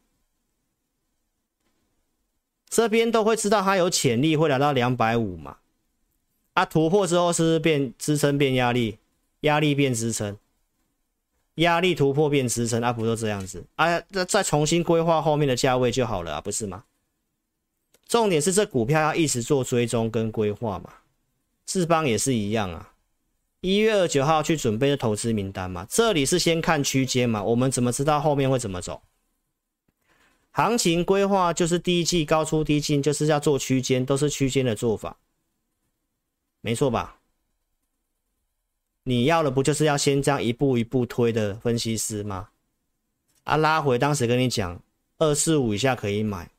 这边都会知道它有潜力会来到250嘛。啊，突破之后是不是变支撑变压力，压力变支撑，压力突破变支撑啊，不就这样子啊？再重新规划后面的价位就好了啊，不是吗？重点是这股票要一直做追踪跟规划嘛。智邦也是一样啊，1月29号去准备的投资名单嘛，这里是先看区间嘛，我们怎么知道后面会怎么走？行情规划就是第一季高出低进，就是要做区间，都是区间的做法，没错吧？你要的不就是要先这样一步一步推的分析师吗？啊，拉回当时跟你讲245以下可以买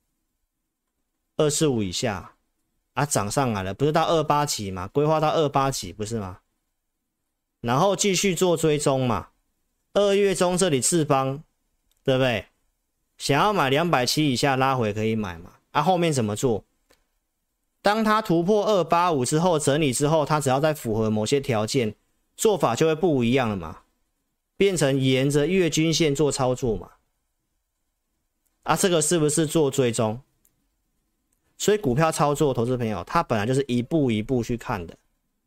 ，245以下啊，涨上来了，不是到28起吗？规划到28起不是吗？然后继续做追踪嘛。2月中这里智邦，对不对？想要买270以下拉回可以买嘛？啊，后面怎么做？当它突破285之后整理之后，它只要再符合某些条件，做法就会不一样了嘛，变成沿着月均线做操作嘛。啊，这个是不是做追踪？所以股票操作，投资朋友，它本来就是一步一步去看的。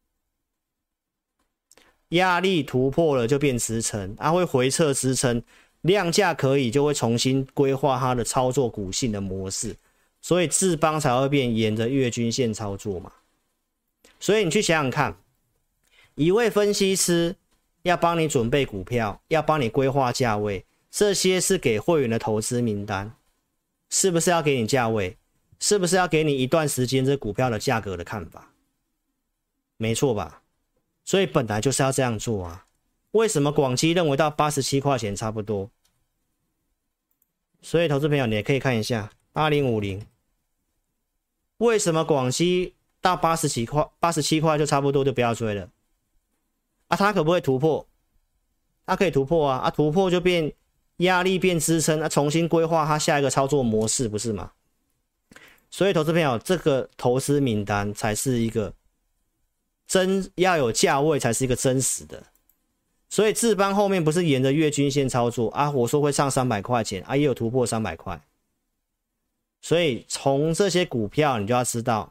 压力突破了就变支撑，它会回撤支撑，量价可以就会重新规划它的操作股性的模式，所以智邦才会变沿着月均线操作嘛。所以你去想想看，一位分析师要帮你准备股票，要帮你规划价位，这些是给会员的投资名单，是不是要给你价位？是不是要给你一段时间这股票的价格的看法？没错吧？所以本来就是要这样做啊。为什么广基认为到87块钱差不多？所以投资朋友你也可以看一下8050，为什么广基到87块就差不多就不要追了啊？它可不可以突破？它可以突破啊！啊，突破就变压力变支撑啊，重新规划它下一个操作模式，不是吗？所以投资朋友，这个投资名单才是一个要有价位才是一个真实的。所以智邦后面不是沿着月均线操作啊，我说会上300块钱啊，也有突破300块。所以从这些股票你就要知道，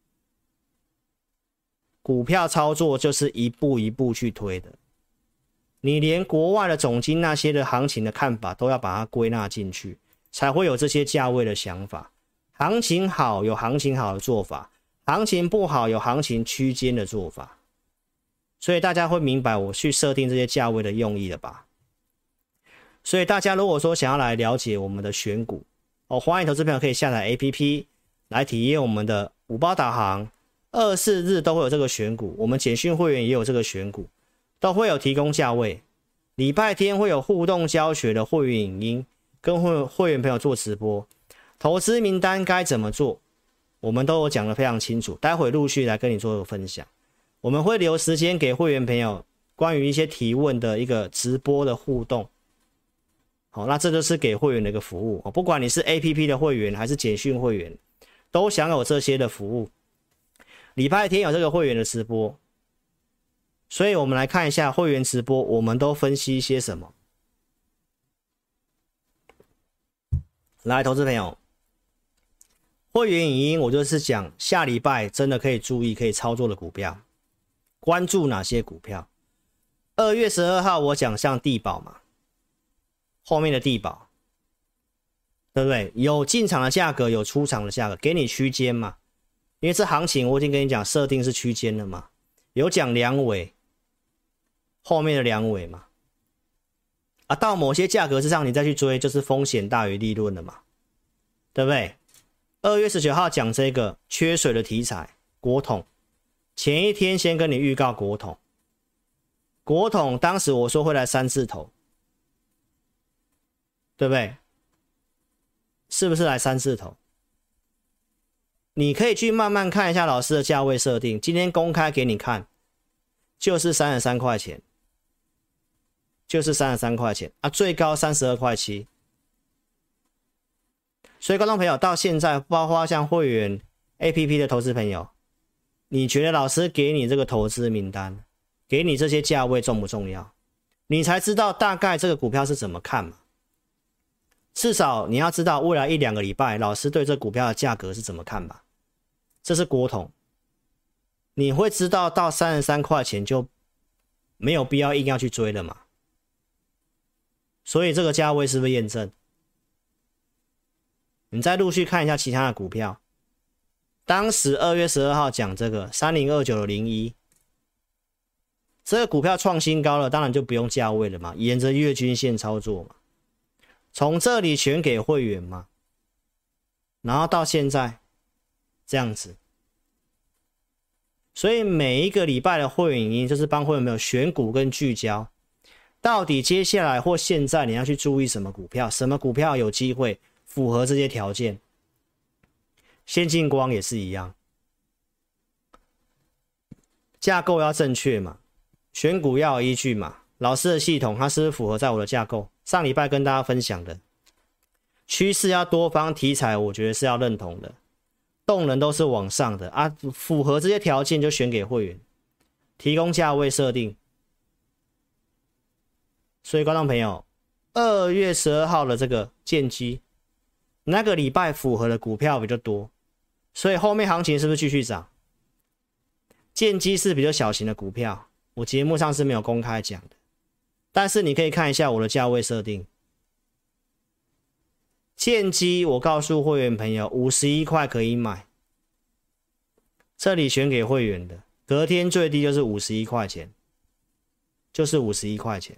股票操作就是一步一步去推的。你连国外的总经那些的行情的看法都要把它归纳进去，才会有这些价位的想法。行情好有行情好的做法，行情不好有行情区间的做法，所以大家会明白我去设定这些价位的用意了吧？所以大家如果说想要来了解我们的选股欢迎投资朋友可以下载 APP 来体验我们的5包导航，24日都会有这个选股，我们简讯会员也有这个选股，都会有提供价位。礼拜天会有互动教学的会员影音，跟会员朋友做直播。投资名单该怎么做，我们都有讲得非常清楚，待会陆续来跟你做个分享。我们会留时间给会员朋友关于一些提问的一个直播的互动。好，那这就是给会员的一个服务，不管你是 APP 的会员还是简讯会员，都享有这些的服务。礼拜天有这个会员的直播，所以我们来看一下会员直播，我们都分析些什么。来，投资朋友， 会员影音我就是讲下礼拜真的可以注意可以操作的股票，关注哪些股票。2月12号我讲像地保嘛，后面的地保，对不对？有进场的价格，有出场的价格，给你区间嘛。因为这行情我已经跟你讲设定是区间了嘛，有讲两尾，后面的两尾嘛。啊，到某些价格之上你再去追，就是风险大于利润了嘛，对不对？2月19号讲这个缺水的题材，国统，前一天先跟你预告国统，国统当时我说会来3字头，对不对？是不是来3字头？你可以去慢慢看一下老师的价位设定，今天公开给你看，就是33块钱，就是33块钱啊，最高32块7。所以观众朋友到现在，包括像会员 APP 的投资朋友，你觉得老师给你这个投资名单，给你这些价位重不重要？你才知道大概这个股票是怎么看嘛。至少你要知道未来1-2个礼拜老师对这股票的价格是怎么看吧。这是国统，你会知道到33块钱就没有必要硬要去追了嘛。所以这个价位是不是验证？你再陆续看一下其他的股票，当时2月12号讲这个3029的01，这个股票创新高了，当然就不用价位了嘛，沿着月均线操作嘛，从这里选给会员嘛，然后到现在这样子。所以每一个礼拜的会员影音就是帮会员朋友选股跟聚焦，到底接下来或现在你要去注意什么股票，什么股票有机会符合这些条件。先进光也是一样，架构要正确嘛，选股要有依据嘛，老师的系统它是不是符合在我的架构？上礼拜跟大家分享的趋势要多方题材，我觉得是要认同的，动能都是往上的啊，符合这些条件就选给会员，提供价位设定。所以观众朋友，2月12号的这个建基，那个礼拜符合的股票比较多，所以后面行情是不是继续涨？建基是比较小型的股票，我节目上是没有公开讲的，但是你可以看一下我的价位设定。建基我告诉会员朋友51块可以买，这里选给会员的，隔天最低就是51块钱，就是51块钱。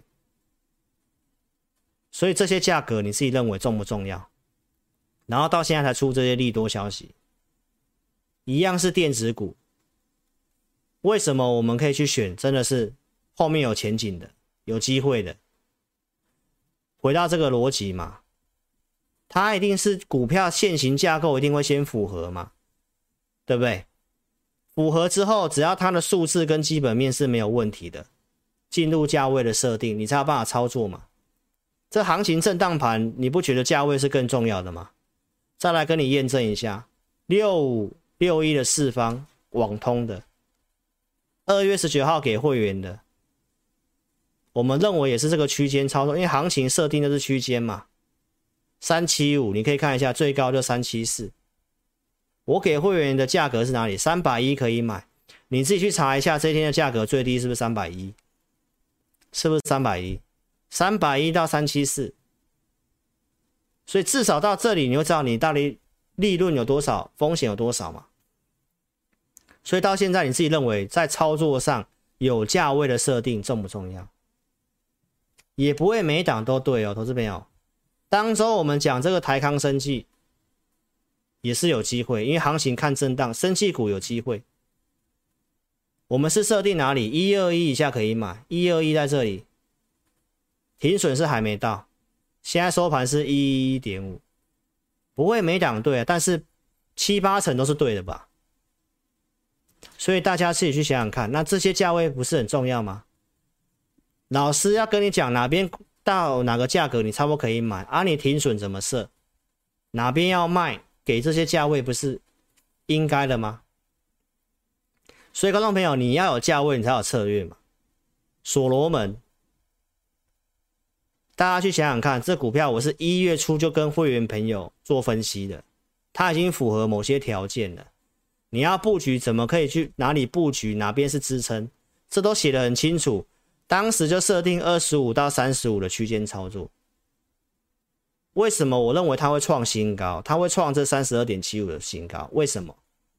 所以这些价格你自己认为重不重要？然后到现在才出这些利多消息，一样是电子股。为什么我们可以去选真的是后面有前景的，有机会的？回到这个逻辑嘛，它一定是股票现行架构一定会先符合嘛，对不对？符合之后，只要它的数字跟基本面是没有问题的，进入价位的设定，你才有办法操作嘛。这行情震荡盘，你不觉得价位是更重要的吗？再来跟你验证一下，6561的四方网通的，2月19号给会员的，我们认为也是这个区间操作，因为行情设定的是区间嘛。375你可以看一下，最高就374，我给会员的价格是哪里？310可以买，你自己去查一下这天的价格最低是不是310？是不是310？310到374，所以至少到这里你会知道你到底利润有多少，风险有多少嘛。所以到现在你自己认为在操作上有价位的设定重不重要？也不会每一档都对哦，投资朋友。当周我们讲这个台康生技也是有机会，因为行情看震荡，生技股有机会。我们是设定哪里？121以下可以买，121在这里。停损是还没到，现在收盘是 111.5， 不会每档对啊，但是7-8成都是对的吧？所以大家自己去想想看，那这些价位不是很重要吗？老师要跟你讲哪边到哪个价格你差不多可以买啊，你停损怎么设，哪边要卖，给这些价位不是应该的吗？所以观众朋友，你要有价位你才有策略嘛。所罗门，大家去想想看，这股票我是1月初就跟会员朋友做分析的， 它已经符合某些条件了。你要布局，怎么可以去哪里布局，哪边是支撑，这都写得很清楚。当时就设定25到35的区间操作。为什么我认为它会创新高？它会创这 32.75 的新高？为什么？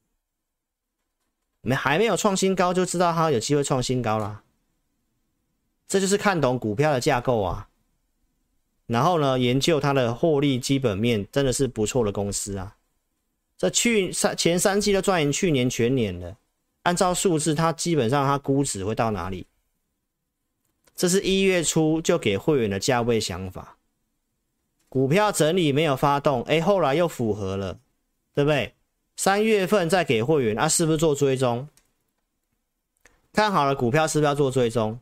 还没有创新高就知道它有机会创新高啦。这就是看懂股票的架构啊。然后呢，研究它的获利基本面，真的是不错的公司啊。这前3季都赚赢去年全年了。按照数字，它基本上它估值会到哪里？这是1月初就给会员的价位想法。股票整理没有发动，后来又符合了，对不对？3月份再给会员，是不是做追踪？看好了股票是不是要做追踪？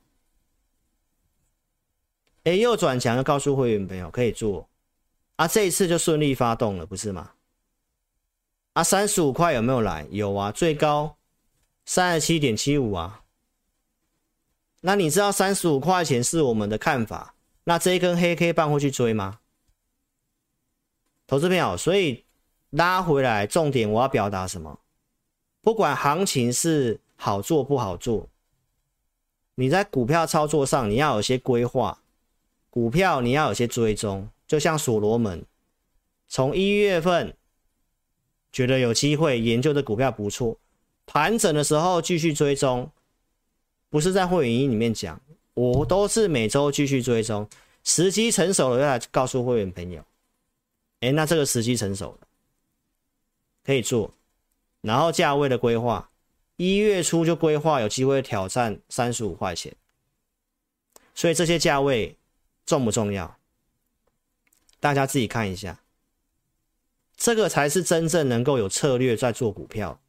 又转强，就告诉会员朋友可以做这一次就顺利发动了，不是吗？35块有没有来？有啊，最高 37.75 啊。那你知道35块钱是我们的看法，那这一根黑 K 棒会去追吗？投资朋友，所以拉回来，重点我要表达什么？不管行情是好做不好做，你在股票操作上你要有些规划，股票你要有些追踪。就像所罗门，从1月份觉得有机会研究的股票不错，盘整的时候继续追踪，不是在会员营里面讲，我都是每周继续追踪，时机成熟了要来告诉会员朋友。那这个时机成熟了，可以做。然后价位的规划，1月初就规划有机会挑战35块钱，所以这些价位重不重要？大家自己看一下，这个才是真正能够有策略在做股票。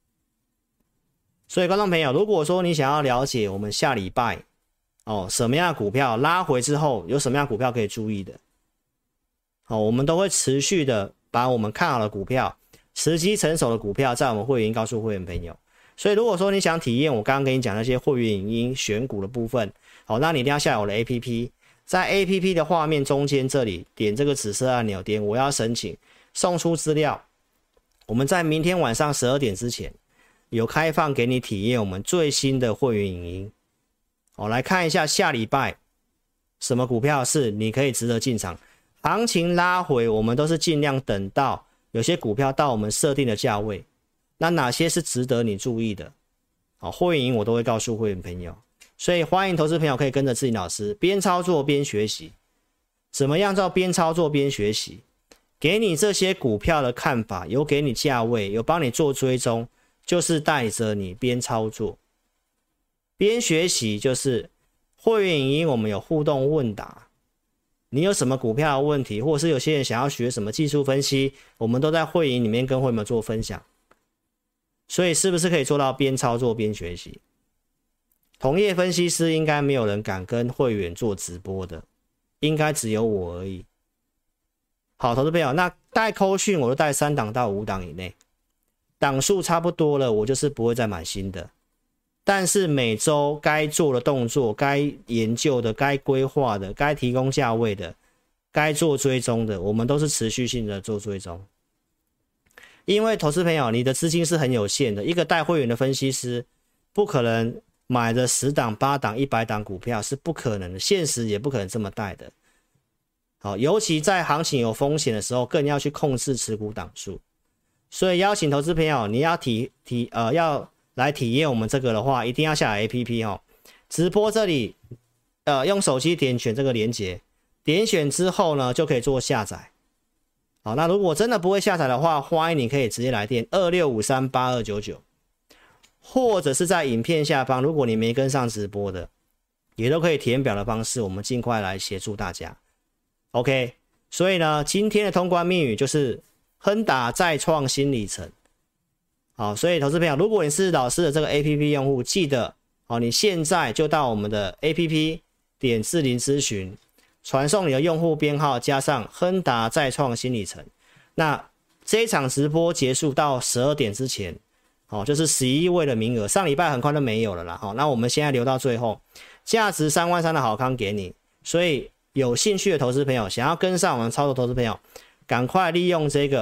所以观众朋友，如果说你想要了解我们下礼拜什么样的股票拉回之后有什么样的股票可以注意的，我们都会持续的把我们看好的股票、时机成熟的股票在我们会员告诉会员朋友。所以如果说你想体验我刚刚跟你讲那些会员影音选股的部分，那你一定要下载我的 APP， 在 APP 的画面中间这里点这个紫色按钮，点我要申请，送出资料。我们在明天晚上12点之前有开放给你体验我们最新的会员影音。来看一下下礼拜什么股票是你可以值得进场。行情拉回，我们都是尽量等到有些股票到我们设定的价位，那哪些是值得你注意的？会员营我都会告诉会员朋友，所以欢迎投资朋友可以跟着志霖老师边操作边学习。怎么样叫边操作边学习？给你这些股票的看法，有给你价位，有帮你做追踪，就是带着你边操作边学习。就是会员营我们有互动问答，你有什么股票的问题，或是有些人想要学什么技术分析，我们都在会营里面跟会员们做分享。所以是不是可以做到边操作边学习？同业分析师应该没有人敢跟会员做直播的，应该只有我而已。好，投资朋友，那带扣讯我就带3档到5档以内，档数差不多了，我就是不会再买新的。但是每周该做的动作、该研究的、该规划的、该提供价位的、该做追踪的，我们都是持续性的做追踪。因为投资朋友，你的资金是很有限的，一个带会员的分析师不可能买的10档、8档、100档股票是不可能的，现实也不可能这么带的。好，尤其在行情有风险的时候，更要去控制持股档数。所以邀请投资朋友，你要要来体验我们这个的话，一定要下载 APP 直播这里用手机点选这个连结，点选之后呢就可以做下载。好，那如果真的不会下载的话，欢迎你可以直接来电26538299，或者是在影片下方，如果你没跟上直播的，也都可以填表的方式，我们尽快来协助大家。OK， 所以呢，今天的通关密语就是亨达再创新里程。好，所以投资朋友，如果你是老师的这个 APP 用户，记得你现在就到我们的 APP 点智霖咨询，传送你的用户编号加上亨达再创新里程。那这一场直播结束到12点之前，就是11位的名额，上礼拜很快就没有了啦。那我们现在留到最后，价值3万3的好康给你。所以有兴趣的投资朋友，想要跟上我们操作投资朋友，赶快利用这个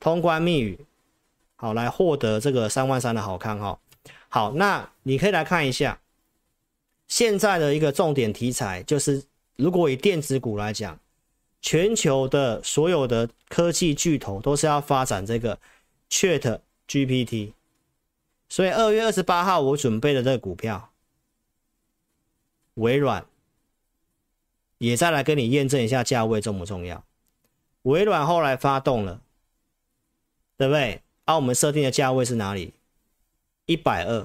通关密语，好，来获得这个33000的好康哈。好，那你可以来看一下现在的一个重点题材，就是如果以电子股来讲，全球的所有的科技巨头都是要发展这个 Chat GPT， 所以2月28号我准备的这个股票，微软也再来跟你验证一下价位重不重要。微软后来发动了，对不对？我们设定的价位是哪里？120，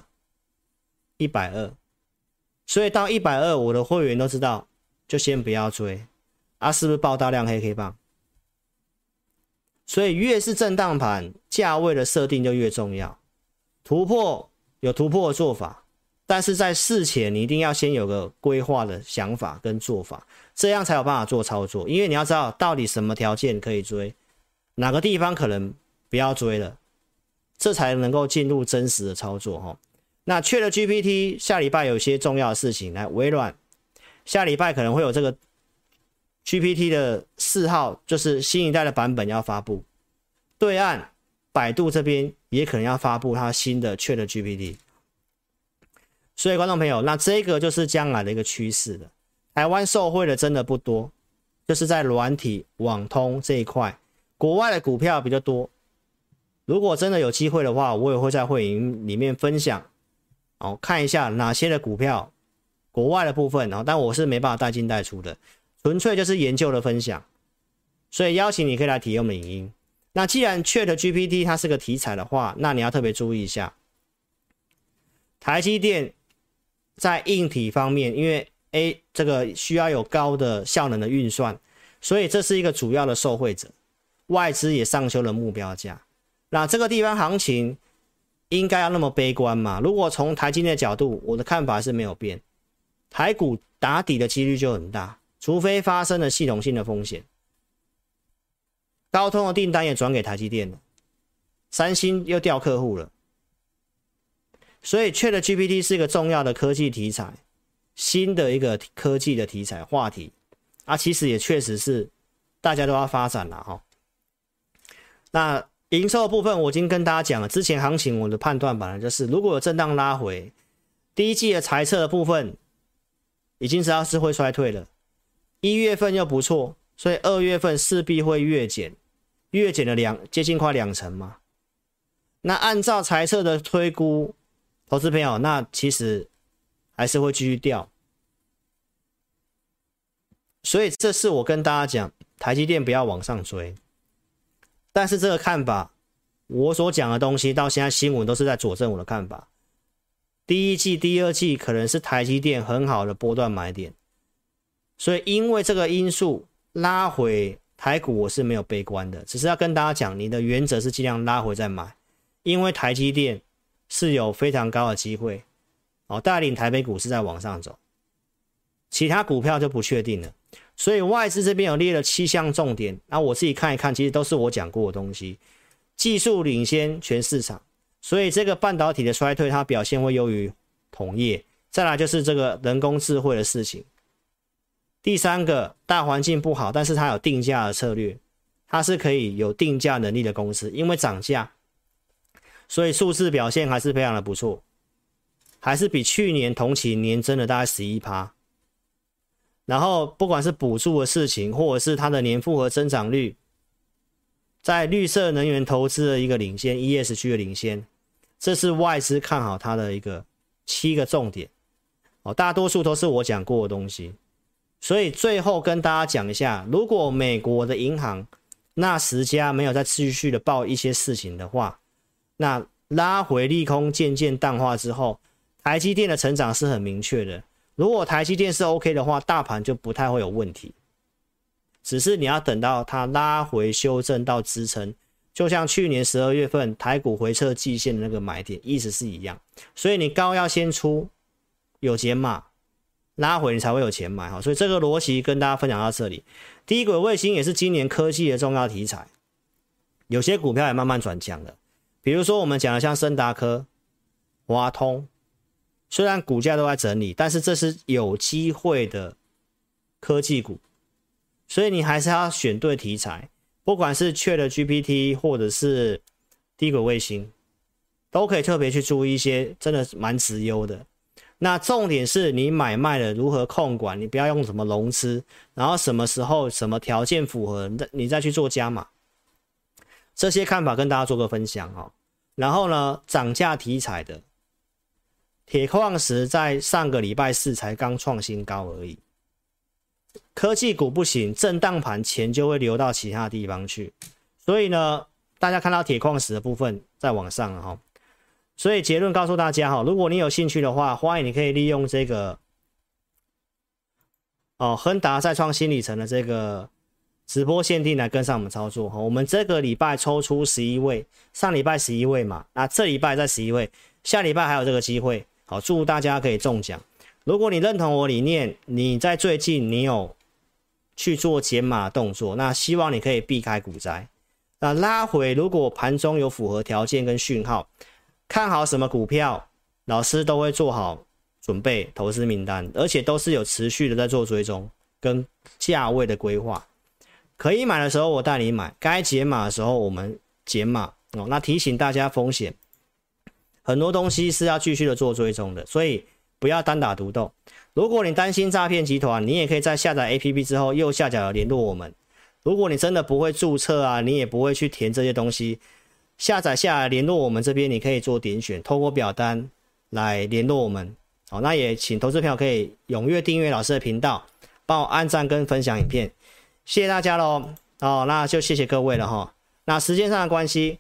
所以到120，我的会员都知道，就先不要追是不是爆大量黑 K 棒？所以越是震荡盘，价位的设定就越重要。突破有突破的做法，但是在事前你一定要先有个规划的想法跟做法，这样才有办法做操作。因为你要知道到底什么条件可以追，哪个地方可能不要追了，这才能够进入真实的操作。那ChatGPT 下礼拜有一些重要的事情，来微软下礼拜可能会有这个 GPT 的4号，就是新一代的版本要发布。对岸百度这边也可能要发布它新的 ChatGPT。所以观众朋友，那这个就是将来的一个趋势了。台湾受惠的真的不多，就是在软体、网通这一块，国外的股票比较多。如果真的有机会的话，我也会在会员里面分享，看一下哪些的股票，国外的部分，但我是没办法带进带出的，纯粹就是研究的分享。所以邀请你可以来体验我们的影音。那既然 ChatGPT 它是个题材的话，那你要特别注意一下，台积电在硬体方面，因为这个需要有高的效能的运算，所以这是一个主要的受惠者，外资也上修了目标价。那这个地方行情应该要那么悲观吗？如果从台积电的角度，我的看法是没有变，台股打底的几率就很大，除非发生了系统性的风险。高通的订单也转给台积电了，三星又调客户了，所以 ChatGPT 是一个重要的科技题材，新的一个科技的题材话题其实也确实是大家都要发展了那营收的部分我已经跟大家讲了，之前行情我的判断本来就是，如果有震荡拉回，第一季的财测的部分已经知道是会衰退了，1月份又不错，所以2月份势必会月减了接近快2成嘛。那按照财测的推估，投资朋友，那其实还是会继续掉。所以这是我跟大家讲，台积电不要往上追。但是这个看法，我所讲的东西到现在新闻都是在佐证我的看法。第一季、第二季可能是台积电很好的波段买点，所以因为这个因素拉回台股，我是没有悲观的，只是要跟大家讲，你的原则是尽量拉回再买，因为台积电是有非常高的机会带领台北股市在往上走，其他股票就不确定了。所以外资这边有列了7项重点，那我自己看一看，其实都是我讲过的东西，技术领先全市场，所以这个半导体的衰退它表现会优于同业。再来就是这个人工智慧的事情，第三个大环境不好，但是它有定价的策略，它是可以有定价能力的公司，因为涨价，所以数字表现还是非常的不错，还是比去年同期年增了大概 11%。然后不管是补助的事情，或者是它的年复合增长率，在绿色能源投资的一个领先 ESG 的领先，这是外资看好它的一个7个重点大多数都是我讲过的东西。所以最后跟大家讲一下，如果美国的银行那10家没有再继续的报一些事情的话，那拉回利空渐渐淡化之后，台积电的成长是很明确的。如果台积电是 OK 的话，大盘就不太会有问题，只是你要等到它拉回修正到支撑，就像去年12月份台股回撤季线的那个买点意思是一样。所以你高要先出，有减码，拉回你才会有钱买所以这个逻辑跟大家分享到这里。低轨卫星也是今年科技的重要题材，有些股票也慢慢转强了，比如说我们讲的像森达科、华通，虽然股价都在整理，但是这是有机会的科技股，所以你还是要选对题材， 不管是 ChatGPT 或者是低轨卫星，都可以特别去注意一些真的蛮质优的。那重点是你买卖的如何控管，你不要用什么融资，然后什么时候什么条件符合，你再去做加码。这些看法跟大家做个分享哦。然后呢，涨价题材的铁矿石在上个礼拜四才刚创新高而已。科技股不行，震荡盘钱就会流到其他地方去。所以呢，大家看到铁矿石的部分在往上了哈。所以结论告诉大家哈，如果你有兴趣的话，欢迎你可以利用这个亨达再创新里程的这个直播限定来跟上我们操作哈。我们这个礼拜抽出11位，上礼拜11位嘛，那这礼拜再11位，下礼拜还有这个机会。好，祝大家可以中奖。如果你认同我理念，你在最近你有去做减码动作，那希望你可以避开股灾。那拉回，如果盘中有符合条件跟讯号，看好什么股票，老师都会做好准备投资名单，而且都是有持续的在做追踪跟价位的规划。可以买的时候我带你买，该减码的时候我们减码哦。那提醒大家风险，很多东西是要继续的做追踪的，所以不要单打独斗。如果你担心诈骗集团，你也可以在下载 APP 之后右下角联络我们。如果你真的不会注册啊，你也不会去填这些东西，下载下来联络我们这边，你可以做点选，透过表单来联络我们。好，那也请投资朋友可以踊跃订阅老师的频道，帮我按赞跟分享影片，谢谢大家咯。哦，那就谢谢各位了哈。那时间上的关系，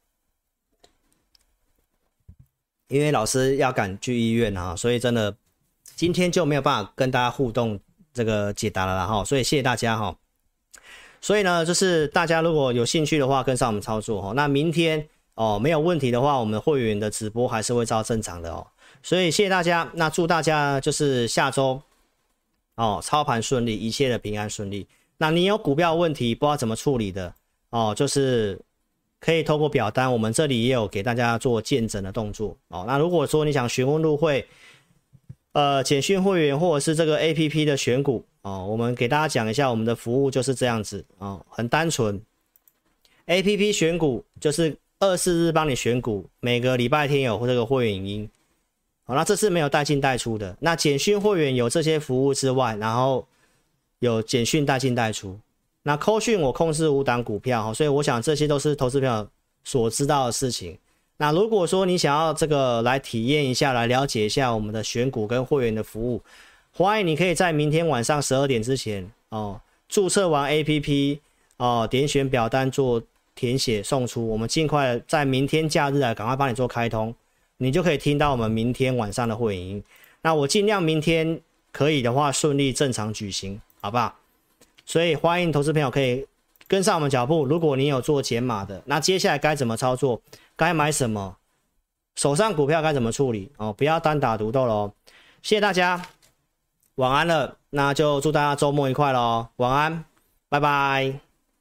因为老师要赶去医院哈，所以真的今天就没有办法跟大家互动这个解答了啦哈，所以谢谢大家哈。所以呢，就是大家如果有兴趣的话，跟上我们操作哈。那明天没有问题的话，我们会员的直播还是会照正常的哦。所以谢谢大家，那祝大家就是下周操盘顺利，一切的平安顺利。那你有股票问题不知道怎么处理的就是可以透过表单，我们这里也有给大家做见证的动作那如果说你想询问入会简讯会员或者是这个 APP 的选股我们给大家讲一下，我们的服务就是这样子很单纯。APP 选股就是24日帮你选股，每个礼拜天有这个会员影音那这是没有带进带出的。那简讯会员有这些服务之外，然后有简讯带进带出。那扣讯我控制5档股票所以我想这些都是投资朋友所知道的事情。那如果说你想要这个来体验一下，来了解一下我们的选股跟会员的服务，欢迎你可以在明天晚上12点之前注册完 APP 点选表单做填写送出，我们尽快在明天假日来赶快帮你做开通，你就可以听到我们明天晚上的会员音。那我尽量明天可以的话顺利正常举行，好不好？所以欢迎投资朋友可以跟上我们脚步。如果你有做减码的，那接下来该怎么操作，该买什么，手上股票该怎么处理不要单打独斗咯。谢谢大家，晚安了，那就祝大家周末愉快咯，晚安，拜拜。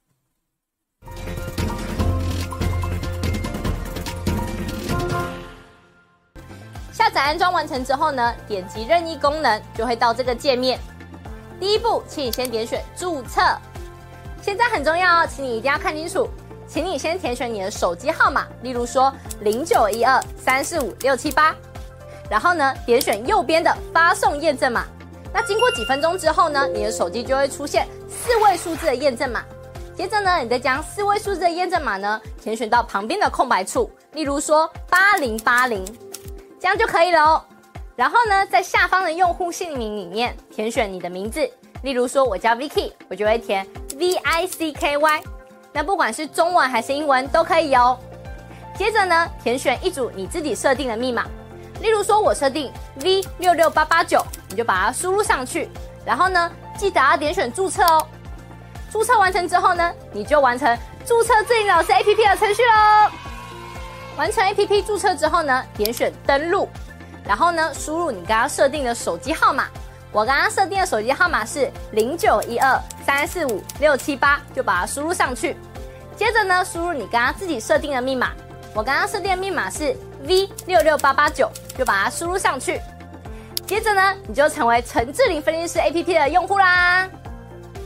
下载安装完成之后呢，点击任意功能就会到这个界面。第一步，请你先点选注册。现在很重要请你一定要看清楚，请你先填选你的手机号码，例如说0912345678，然后呢，点选右边的发送验证码。那经过几分钟之后呢，你的手机就会出现4位数字的验证码。接着呢，你再将4位数字的验证码呢填选到旁边的空白处，例如说8080，这样就可以了哦。然后呢，在下方的用户姓名里面填选你的名字，例如说我叫 Vicky， 我就会填 VICKY， 那不管是中文还是英文都可以哦。接着呢，填选一组你自己设定的密码，例如说我设定 V66889， 你就把它输入上去，然后呢，记得要点选注册哦。注册完成之后呢，你就完成注册智霖老师 APP 的程序咯。完成 APP 注册之后呢，点选登录，然后呢，输入你刚刚设定的手机号码。我刚刚设定的手机号码是0912345678，就把它输入上去。接着呢，输入你刚刚自己设定的密码。我刚刚设定的密码是 V66889， 就把它输入上去。接着呢，你就成为陈智霖分析师 APP 的用户啦。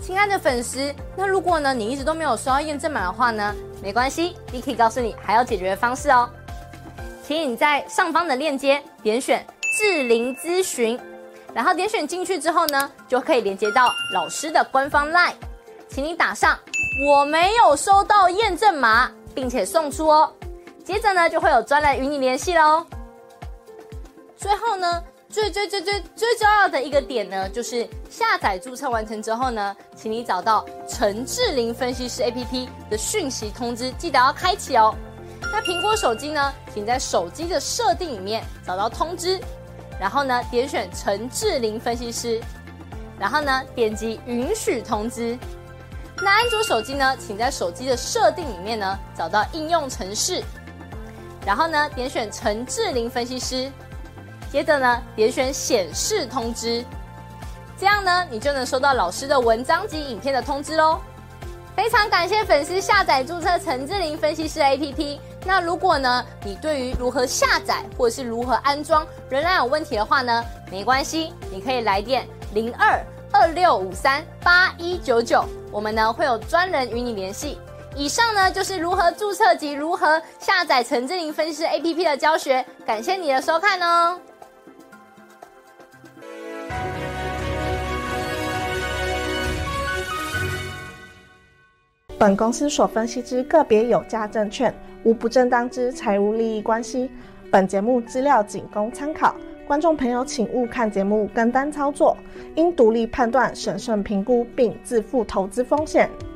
亲爱的粉丝，那如果呢你一直都没有收到验证码的话呢，没关系 ，Vicky 告诉你还有解决的方式哦。请你在上方的链接点选智龄咨询，然后点选进去之后呢，就可以连接到老师的官方 LINE， 请你打上我没有收到验证码，并且送出哦。接着呢，就会有专人与你联系咯。最后呢，最重要的一个点呢，就是下载注册完成之后呢，请你找到陈志玲分析师 APP 的讯息通知，记得要开启哦。那苹果手机呢，请在手机的设定里面找到通知，然后呢点选陈志玲分析师，然后呢点击允许通知。那安卓手机呢，请在手机的设定里面呢找到应用程式，然后呢点选陈志玲分析师，接着呢点选显示通知，这样呢你就能收到老师的文章及影片的通知咯。非常感谢粉丝下载注册陈志玲分析师 APP。那如果呢你对于如何下载或者是如何安装仍然有问题的话呢，没关系，你可以来电02-2653-8199，我们呢会有专人与你联系。以上呢就是如何注册及如何下载陈志玲分析师 APP 的教学，感谢你的收看哦。 本公司所分析之个别有价证券，无不正当之财务利益关系。本节目资料仅供参考，观众朋友请勿看节目跟单操作，应独立判断、审慎评估并自负投资风险。